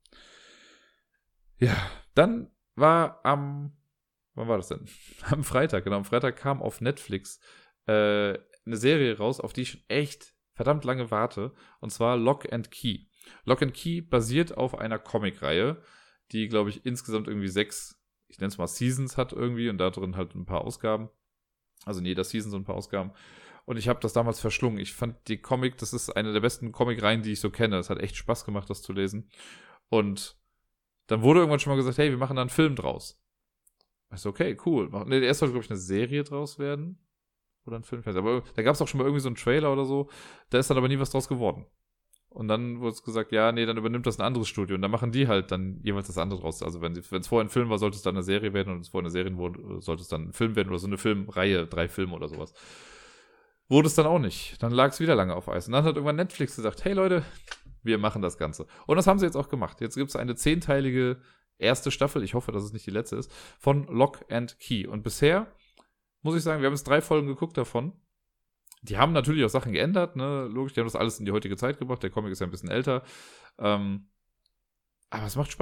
Ja, dann war am, wann war das denn? Am Freitag, genau, am Freitag kam auf Netflix äh, eine Serie raus, auf die ich schon echt verdammt lange warte, und zwar Lock and Key. Lock and Key basiert auf einer Comicreihe, die, glaube ich, insgesamt irgendwie sechs, ich nenne es mal Seasons hat irgendwie und da drin halt ein paar Ausgaben. Also in jeder Season so ein paar Ausgaben. Und ich habe das damals verschlungen. Ich fand die Comic, das ist eine der besten Comic-Reihen, die ich so kenne. Es hat echt Spaß gemacht, das zu lesen. Und dann wurde irgendwann schon mal gesagt, hey, wir machen da einen Film draus. Ich so, okay, cool. Nee, erst sollte, glaube ich, eine Serie draus werden. Oder ein Film. Aber da gab es auch schon mal irgendwie so einen Trailer oder so. Da ist dann aber nie was draus geworden. Und dann wurde es gesagt, ja, nee, dann übernimmt das ein anderes Studio. Und dann machen die halt dann jeweils das andere draus. Also wenn es vorher ein Film war, sollte es dann eine Serie werden. Und wenn es vorher eine Serie wurde, sollte es dann ein Film werden. Oder so eine Filmreihe, drei Filme oder sowas. Wurde es dann auch nicht. Dann lag es wieder lange auf Eis. Und dann hat irgendwann Netflix gesagt, hey Leute, wir machen das Ganze. Und das haben sie jetzt auch gemacht. Jetzt gibt es eine zehnteilige erste Staffel, ich hoffe, dass es nicht die letzte ist, von Lock and Key. Und bisher, muss ich sagen, wir haben jetzt drei Folgen geguckt davon. Die haben natürlich auch Sachen geändert, ne? Logisch, die haben das alles in die heutige Zeit gebracht. Der Comic ist ja ein bisschen älter. Ähm, aber es macht Spaß.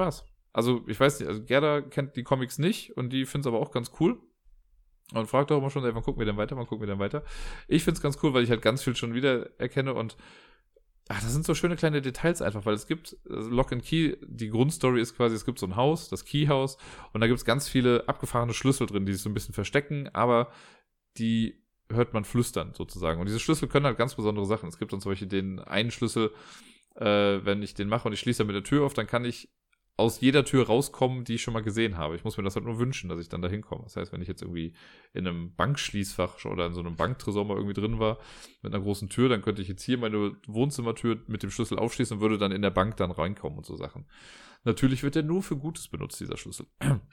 Also, ich weiß nicht, also Gerda kennt die Comics nicht und die findet es aber auch ganz cool. Und fragt auch immer schon, ey, wann gucken wir denn weiter, wann gucken wir denn weiter? Ich finde es ganz cool, weil ich halt ganz viel schon wieder erkenne und ach, das sind so schöne kleine Details einfach, weil es gibt also Lock and Key, die Grundstory ist quasi, es gibt so ein Haus, das Key-Haus, und da gibt es ganz viele abgefahrene Schlüssel drin, die sich so ein bisschen verstecken, aber die hört man flüstern sozusagen. Und diese Schlüssel können halt ganz besondere Sachen. Es gibt dann zum Beispiel den einen Schlüssel, äh, wenn ich den mache und ich schließe dann mit der Tür auf, dann kann ich aus jeder Tür rauskommen, die ich schon mal gesehen habe. Ich muss mir das halt nur wünschen, dass ich dann da hinkomme. Das heißt, wenn ich jetzt irgendwie in einem Bankschließfach oder in so einem Banktresor mal irgendwie drin war, mit einer großen Tür, dann könnte ich jetzt hier meine Wohnzimmertür mit dem Schlüssel aufschließen und würde dann in der Bank dann reinkommen und so Sachen. Natürlich wird der nur für Gutes benutzt, dieser Schlüssel.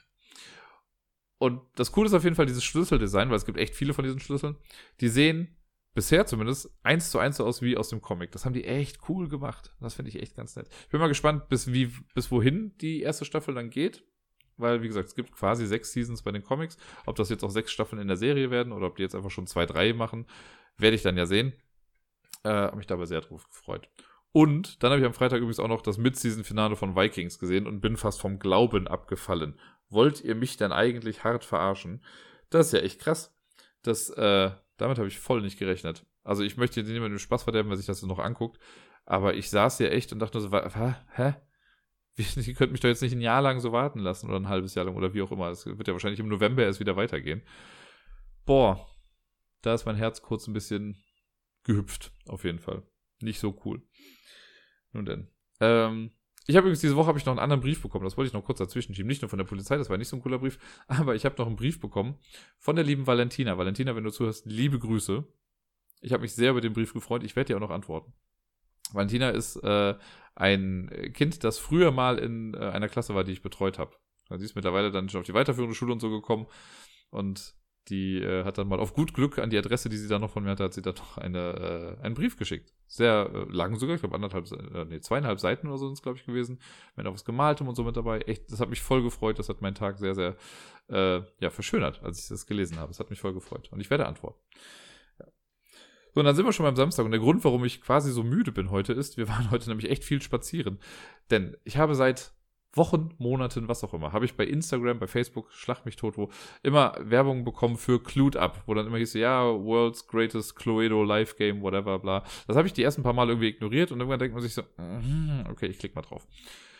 Und das Coole ist auf jeden Fall dieses Schlüsseldesign, weil es gibt echt viele von diesen Schlüsseln. Die sehen bisher zumindest eins zu eins so aus wie aus dem Comic. Das haben die echt cool gemacht. Das finde ich echt ganz nett. Ich bin mal gespannt, bis wie bis wohin die erste Staffel dann geht. Weil, wie gesagt, es gibt quasi sechs Seasons bei den Comics. Ob das jetzt auch sechs Staffeln in der Serie werden oder ob die jetzt einfach schon zwei, drei machen, werde ich dann ja sehen. Äh, habe mich dabei sehr drauf gefreut. Und dann habe ich am Freitag übrigens auch noch das Mid-Season-Finale von Vikings gesehen und bin fast vom Glauben abgefallen. Wollt ihr mich denn eigentlich hart verarschen? Das ist ja echt krass. Das, äh, damit habe ich voll nicht gerechnet. Also ich möchte jetzt niemandem Spaß verderben, wer sich das noch anguckt. Aber ich saß hier echt und dachte nur so, hä? Ihr könnt mich doch jetzt nicht ein Jahr lang so warten lassen oder ein halbes Jahr lang oder wie auch immer. Es wird ja wahrscheinlich im November erst wieder weitergehen. Boah, da ist mein Herz kurz ein bisschen gehüpft, auf jeden Fall. Nicht so cool. Nun denn. Ähm, ich habe übrigens diese Woche habe ich noch einen anderen Brief bekommen. Das wollte ich noch kurz dazwischen schieben. Nicht nur von der Polizei, das war nicht so ein cooler Brief, aber ich habe noch einen Brief bekommen von der lieben Valentina. Valentina, wenn du zuhörst, liebe Grüße. Ich habe mich sehr über den Brief gefreut. Ich werde dir auch noch antworten. Valentina ist äh, ein Kind, das früher mal in äh, einer Klasse war, die ich betreut habe. Sie ist mittlerweile dann schon auf die weiterführende Schule und so gekommen und die äh, hat dann mal auf gut Glück an die Adresse, die sie dann noch von mir hatte, hat sie dann noch eine, äh, einen Brief geschickt. Sehr äh, lang sogar, ich glaube anderthalb, äh, nee, zweieinhalb Seiten oder so sind es, glaube ich, gewesen. Mit auch was Gemaltem und so mit dabei. Echt, das hat mich voll gefreut. Das hat meinen Tag sehr, sehr äh, ja, verschönert, als ich das gelesen habe. Das hat mich voll gefreut. Und ich werde antworten. Ja. So, und dann sind wir schon beim Samstag. Und der Grund, warum ich quasi so müde bin heute, ist, wir waren heute nämlich echt viel spazieren. Denn ich habe seit Wochen, Monaten, was auch immer, habe ich bei Instagram, bei Facebook, schlag mich tot, wo immer Werbung bekommen für Clued Up, wo dann immer hieß, ja, World's Greatest Cluedo Live Game, whatever, bla. Das habe ich die ersten paar Mal irgendwie ignoriert und irgendwann denkt man sich so, okay, ich klicke mal drauf.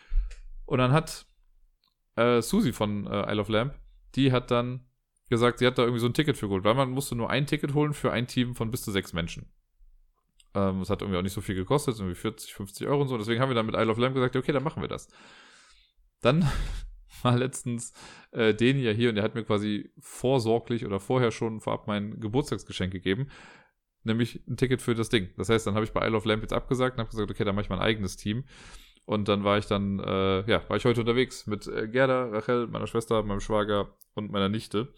Und dann hat äh, Susi von äh, Isle of Lamp, die hat dann gesagt, sie hat da irgendwie so ein Ticket für geholt, weil man musste nur ein Ticket holen für ein Team von bis zu sechs Menschen. Ähm, das hat irgendwie auch nicht so viel gekostet, irgendwie vierzig, fünfzig Euro und so, deswegen haben wir dann mit Isle of Lamp gesagt, okay, dann machen wir das. Dann war letztens äh, Deni ja hier und der hat mir quasi vorsorglich oder vorher schon vorab mein Geburtstagsgeschenk gegeben, nämlich ein Ticket für das Ding. Das heißt, dann habe ich bei Isle of Lamp jetzt abgesagt und habe gesagt, okay, dann mache ich mein eigenes Team. Und dann war ich dann, äh, ja, war ich heute unterwegs mit äh, Gerda, Rachel, meiner Schwester, meinem Schwager und meiner Nichte.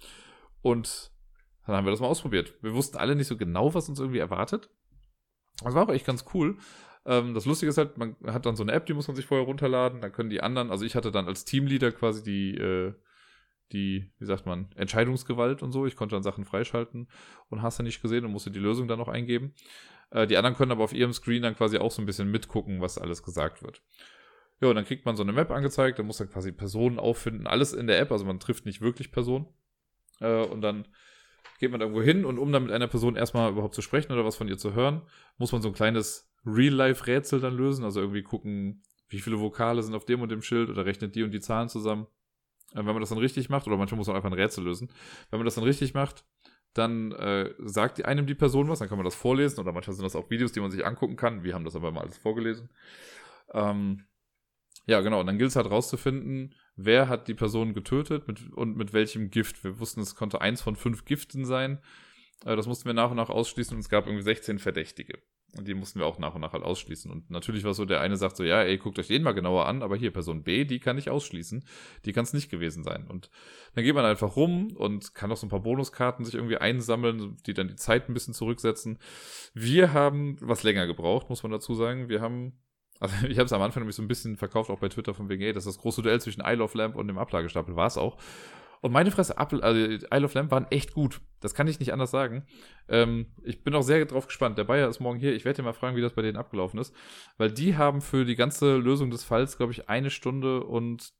Und dann haben wir das mal ausprobiert. Wir wussten alle nicht so genau, was uns irgendwie erwartet. Das war aber echt ganz cool. Das Lustige ist halt, man hat dann so eine App, die muss man sich vorher runterladen, dann können die anderen, also ich hatte dann als Teamleader quasi die, äh, die, wie sagt man, Entscheidungsgewalt und so, ich konnte dann Sachen freischalten und hast du nicht gesehen und musste die Lösung dann noch eingeben. Äh, die anderen können aber auf ihrem Screen dann quasi auch so ein bisschen mitgucken, was alles gesagt wird. Ja, und dann kriegt man so eine Map angezeigt, da muss dann quasi Personen auffinden, alles in der App, also man trifft nicht wirklich Personen. Äh, und dann geht man irgendwo hin und um dann mit einer Person erstmal überhaupt zu sprechen oder was von ihr zu hören, muss man so ein kleines Real-Life-Rätsel dann lösen, also irgendwie gucken, wie viele Vokale sind auf dem und dem Schild oder rechnet die und die Zahlen zusammen. Wenn man das dann richtig macht, oder manchmal muss man einfach ein Rätsel lösen, wenn man das dann richtig macht, dann äh, sagt einem die Person was, dann kann man das vorlesen oder manchmal sind das auch Videos, die man sich angucken kann. Wir haben das aber mal alles vorgelesen. Ähm, ja, genau, und dann gilt es halt rauszufinden, wer hat die Person getötet mit, und mit welchem Gift. Wir wussten, es konnte eins von fünf Giften sein. Äh, das mussten wir nach und nach ausschließen und es gab irgendwie sechzehn Verdächtige. Und die mussten wir auch nach und nach halt ausschließen. Und natürlich war es so, der eine sagt so, ja, ey, guckt euch den mal genauer an, aber hier, Person B, die kann ich ausschließen. Die kann es nicht gewesen sein. Und dann geht man einfach rum und kann auch so ein paar Bonuskarten sich irgendwie einsammeln, die dann die Zeit ein bisschen zurücksetzen. Wir haben was länger gebraucht, muss man dazu sagen. Wir haben, also ich habe es am Anfang nämlich so ein bisschen verkauft, auch bei Twitter von wegen, ey, das ist das große Duell zwischen Isle of Lamp und dem Ablagestapel, war es auch. Und meine Fresse, also Isle of Lamp waren echt gut. Das kann ich nicht anders sagen. Ähm, ich bin auch sehr drauf gespannt. Der Bayer ist morgen hier. Ich werde ihn mal fragen, wie das bei denen abgelaufen ist. Weil die haben für die ganze Lösung des Falls, glaube ich, eine Stunde und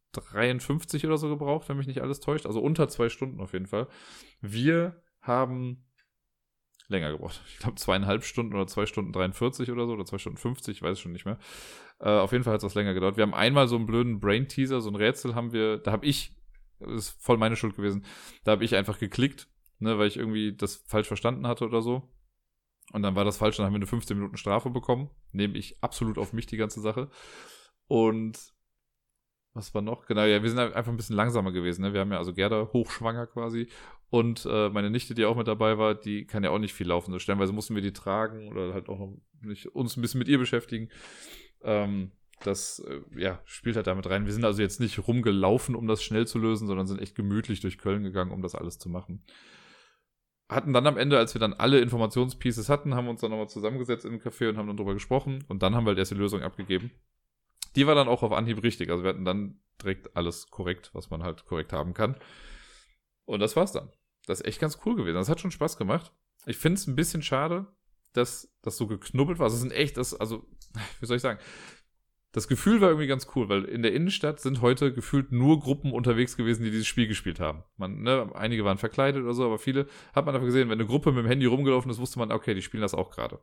dreiundfünfzig oder so gebraucht, wenn mich nicht alles täuscht. Also unter zwei Stunden auf jeden Fall. Wir haben länger gebraucht. Ich glaube zweieinhalb Stunden oder zwei Stunden dreiundvierzig oder so oder zwei Stunden fünfzig, ich weiß es schon nicht mehr. Äh, auf jeden Fall hat es was länger gedauert. Wir haben einmal so einen blöden Brain-Teaser, so ein Rätsel haben wir, da habe ich, das ist voll meine Schuld gewesen, da habe ich einfach geklickt, ne, weil ich irgendwie das falsch verstanden hatte oder so. Und dann war das falsch, dann haben wir eine fünfzehn Minuten Strafe bekommen. Nehme ich absolut auf mich die ganze Sache. Und was war noch? Genau, ja, wir sind einfach ein bisschen langsamer gewesen. Ne? Wir haben ja also Gerda hochschwanger quasi. Und äh, meine Nichte, die auch mit dabei war, die kann ja auch nicht viel laufen. So stellenweise mussten wir die tragen oder halt auch noch nicht, uns ein bisschen mit ihr beschäftigen. Ähm, das äh, ja, spielt halt damit rein. Wir sind also jetzt nicht rumgelaufen, um das schnell zu lösen, sondern sind echt gemütlich durch Köln gegangen, um das alles zu machen. Hatten dann am Ende, als wir dann alle Informationspieces hatten, haben wir uns dann nochmal zusammengesetzt im Café und haben dann drüber gesprochen. Und dann haben wir halt erst die Lösung abgegeben. Die war dann auch auf Anhieb richtig. Also wir hatten dann direkt alles korrekt, was man halt korrekt haben kann. Und das war's dann. Das ist echt ganz cool gewesen. Das hat schon Spaß gemacht. Ich finde es ein bisschen schade, dass das so geknubbelt war. Also es sind echt, das, also, wie soll ich sagen, das Gefühl war irgendwie ganz cool, weil in der Innenstadt sind heute gefühlt nur Gruppen unterwegs gewesen, die dieses Spiel gespielt haben. Man, ne, einige waren verkleidet oder so, aber viele hat man einfach gesehen, wenn eine Gruppe mit dem Handy rumgelaufen ist, wusste man, okay, die spielen das auch gerade.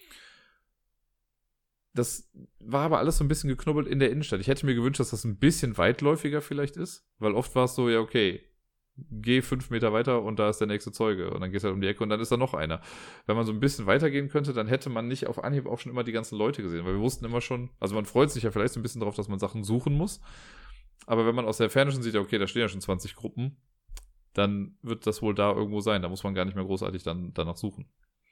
Das war aber alles so ein bisschen geknubbelt in der Innenstadt. Ich hätte mir gewünscht, dass das ein bisschen weitläufiger vielleicht ist, weil oft war es so, ja, okay, geh fünf Meter weiter und da ist der nächste Zeuge. Und dann gehst du halt um die Ecke und dann ist da noch einer. Wenn man so ein bisschen weitergehen könnte, dann hätte man nicht auf Anhieb auch schon immer die ganzen Leute gesehen. Weil wir wussten immer schon, also man freut sich ja vielleicht so ein bisschen darauf, dass man Sachen suchen muss. Aber wenn man aus der Ferne schon sieht, ja, okay, da stehen ja schon zwanzig Gruppen, dann wird das wohl da irgendwo sein. Da muss man gar nicht mehr großartig dann danach suchen.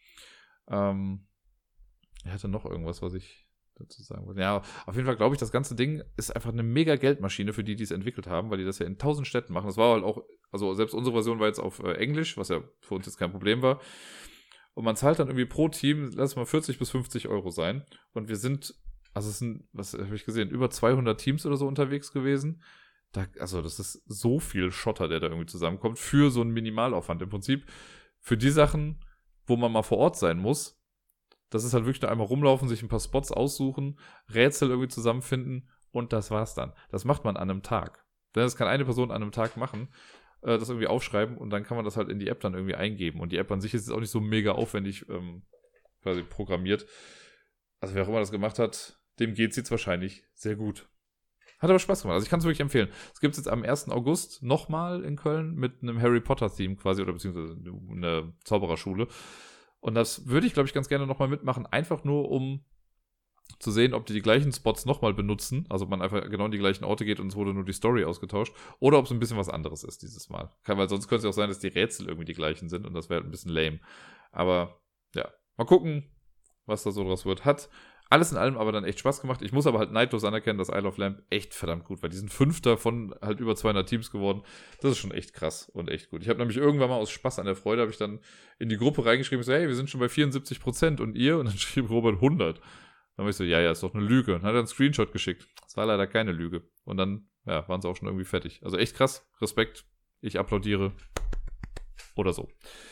Ähm, ich hatte noch irgendwas, was ich dazu sagen wollte. Ja, auf jeden Fall glaube ich, das ganze Ding ist einfach eine mega Geldmaschine für die, die es entwickelt haben, weil die das ja in tausend Städten machen. Das war halt auch, also selbst unsere Version war jetzt auf äh, Englisch, was ja für uns jetzt kein Problem war. Und man zahlt dann irgendwie pro Team, lass es mal vierzig bis fünfzig Euro sein. Und wir sind, also es sind, was habe ich gesehen, über zweihundert Teams oder so unterwegs gewesen. Da, also das ist so viel Schotter, der da irgendwie zusammenkommt, für so einen Minimalaufwand. Im Prinzip für die Sachen, wo man mal vor Ort sein muss. Das ist halt wirklich nur einmal rumlaufen, sich ein paar Spots aussuchen, Rätsel irgendwie zusammenfinden und das war's dann. Das macht man an einem Tag. Denn das kann eine Person an einem Tag machen, äh, das irgendwie aufschreiben und dann kann man das halt in die App dann irgendwie eingeben. Und die App an sich ist jetzt auch nicht so mega aufwendig ähm, quasi programmiert. Also wer auch immer das gemacht hat, dem geht's jetzt wahrscheinlich sehr gut. Hat aber Spaß gemacht. Also ich kann es wirklich empfehlen. Es gibt jetzt am ersten August nochmal in Köln mit einem Harry Potter-Theme quasi oder beziehungsweise eine Zaubererschule. Und das würde ich, glaube ich, ganz gerne nochmal mitmachen, einfach nur, um zu sehen, ob die die gleichen Spots nochmal benutzen, also man einfach genau in die gleichen Orte geht und es wurde nur die Story ausgetauscht, oder ob es ein bisschen was anderes ist dieses Mal. Weil sonst könnte es auch sein, dass die Rätsel irgendwie die gleichen sind und das wäre halt ein bisschen lame. Aber ja, mal gucken, was da so draus wird. Hat alles in allem aber dann echt Spaß gemacht. Ich muss aber halt neidlos anerkennen, dass Isle of Lamp echt verdammt gut war. Die sind Fünfter von halt über zweihundert Teams geworden. Das ist schon echt krass und echt gut. Ich habe nämlich irgendwann mal aus Spaß an der Freude, habe ich dann in die Gruppe reingeschrieben, so, hey, wir sind schon bei vierundsiebzig Prozent und ihr? Und dann schrieb Robert hundert. Dann habe ich so, ja, ja, ist doch eine Lüge. Und dann hat er einen Screenshot geschickt. Das war leider keine Lüge. Und dann, ja, waren sie auch schon irgendwie fertig. Also echt krass. Respekt. Ich applaudiere. Oder so.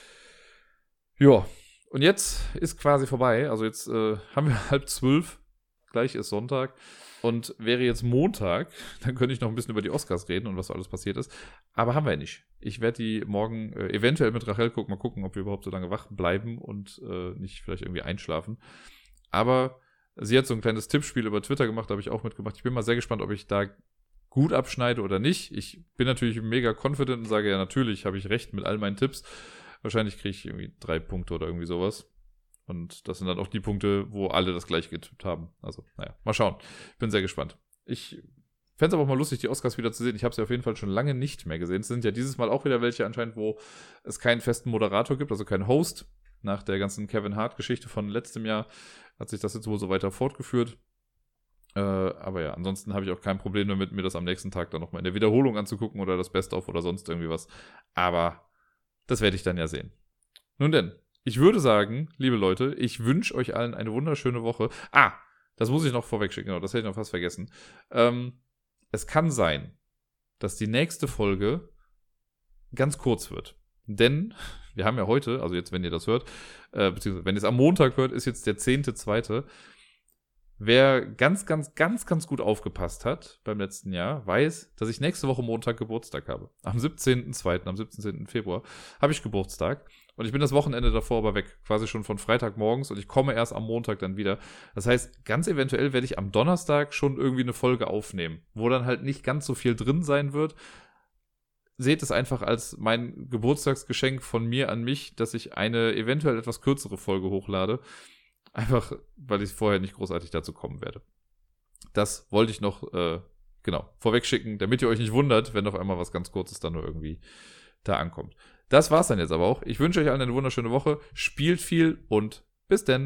Ja. Und jetzt ist quasi vorbei. Also jetzt äh, haben wir halb zwölf. Gleich ist Sonntag. Und wäre jetzt Montag, dann könnte ich noch ein bisschen über die Oscars reden und was so alles passiert ist. Aber haben wir nicht. Ich werde die morgen äh, eventuell mit Rachel gucken. Mal gucken, ob wir überhaupt so lange wach bleiben und äh, nicht vielleicht irgendwie einschlafen. Aber sie hat so ein kleines Tippspiel über Twitter gemacht, da habe ich auch mitgemacht. Ich bin mal sehr gespannt, ob ich da gut abschneide oder nicht. Ich bin natürlich mega confident und sage, ja, natürlich habe ich recht mit all meinen Tipps. Wahrscheinlich kriege ich irgendwie drei Punkte oder irgendwie sowas. Und das sind dann auch die Punkte, wo alle das gleiche getippt haben. Also, naja, mal schauen. Ich bin sehr gespannt. Ich fände es aber auch mal lustig, die Oscars wieder zu sehen. Ich habe sie auf jeden Fall schon lange nicht mehr gesehen. Es sind ja dieses Mal auch wieder welche anscheinend, wo es keinen festen Moderator gibt, also keinen Host. Nach der ganzen Kevin Hart-Geschichte von letztem Jahr hat sich das jetzt wohl so weiter fortgeführt. Äh, aber ja, ansonsten habe ich auch kein Problem damit, mir das am nächsten Tag dann nochmal in der Wiederholung anzugucken oder das Best-of oder sonst irgendwie was. Aber das werde ich dann ja sehen. Nun denn, ich würde sagen, liebe Leute, ich wünsche euch allen eine wunderschöne Woche. Ah, das muss ich noch vorweg schicken, genau, das hätte ich noch fast vergessen. Ähm, es kann sein, dass die nächste Folge ganz kurz wird. Denn wir haben ja heute, also jetzt, wenn ihr das hört, äh, beziehungsweise wenn ihr es am Montag hört, ist jetzt der zehnte zweite Wer ganz, ganz, ganz, ganz gut aufgepasst hat beim letzten Jahr, weiß, dass ich nächste Woche Montag Geburtstag habe. Am siebzehnten zweiten, am siebzehnten Februar habe ich Geburtstag. Und ich bin das Wochenende davor aber weg, quasi schon von Freitagmorgens, und ich komme erst am Montag dann wieder. Das heißt, ganz eventuell werde ich am Donnerstag schon irgendwie eine Folge aufnehmen, wo dann halt nicht ganz so viel drin sein wird. Seht es einfach als mein Geburtstagsgeschenk von mir an mich, dass ich eine eventuell etwas kürzere Folge hochlade. Einfach, weil ich vorher nicht großartig dazu kommen werde. Das wollte ich noch, äh, genau, vorweg schicken, damit ihr euch nicht wundert, wenn auf einmal was ganz Kurzes dann nur irgendwie da ankommt. Das war's dann jetzt aber auch. Ich wünsche euch allen eine wunderschöne Woche. Spielt viel und bis denn.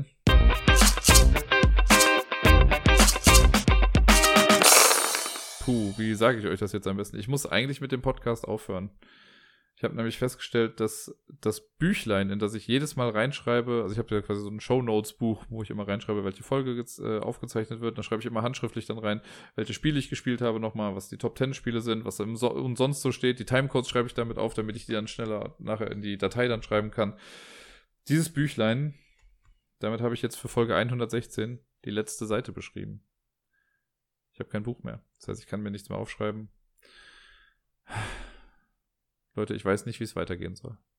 Puh, wie sage ich euch das jetzt am besten? Ich muss eigentlich mit dem Podcast aufhören. Ich habe nämlich festgestellt, dass das Büchlein, in das ich jedes Mal reinschreibe, also ich habe ja quasi so ein Shownotes-Buch, wo ich immer reinschreibe, welche Folge jetzt äh, aufgezeichnet wird. Da schreibe ich immer handschriftlich dann rein, welche Spiele ich gespielt habe nochmal, was die Top zehn Spiele sind, was da im so- und sonst so steht. Die Timecodes schreibe ich damit auf, damit ich die dann schneller nachher in die Datei dann schreiben kann. Dieses Büchlein, damit habe ich jetzt für Folge hundertsechzehn die letzte Seite beschrieben. Ich habe kein Buch mehr. Das heißt, ich kann mir nichts mehr aufschreiben. Leute, ich weiß nicht, wie es weitergehen soll.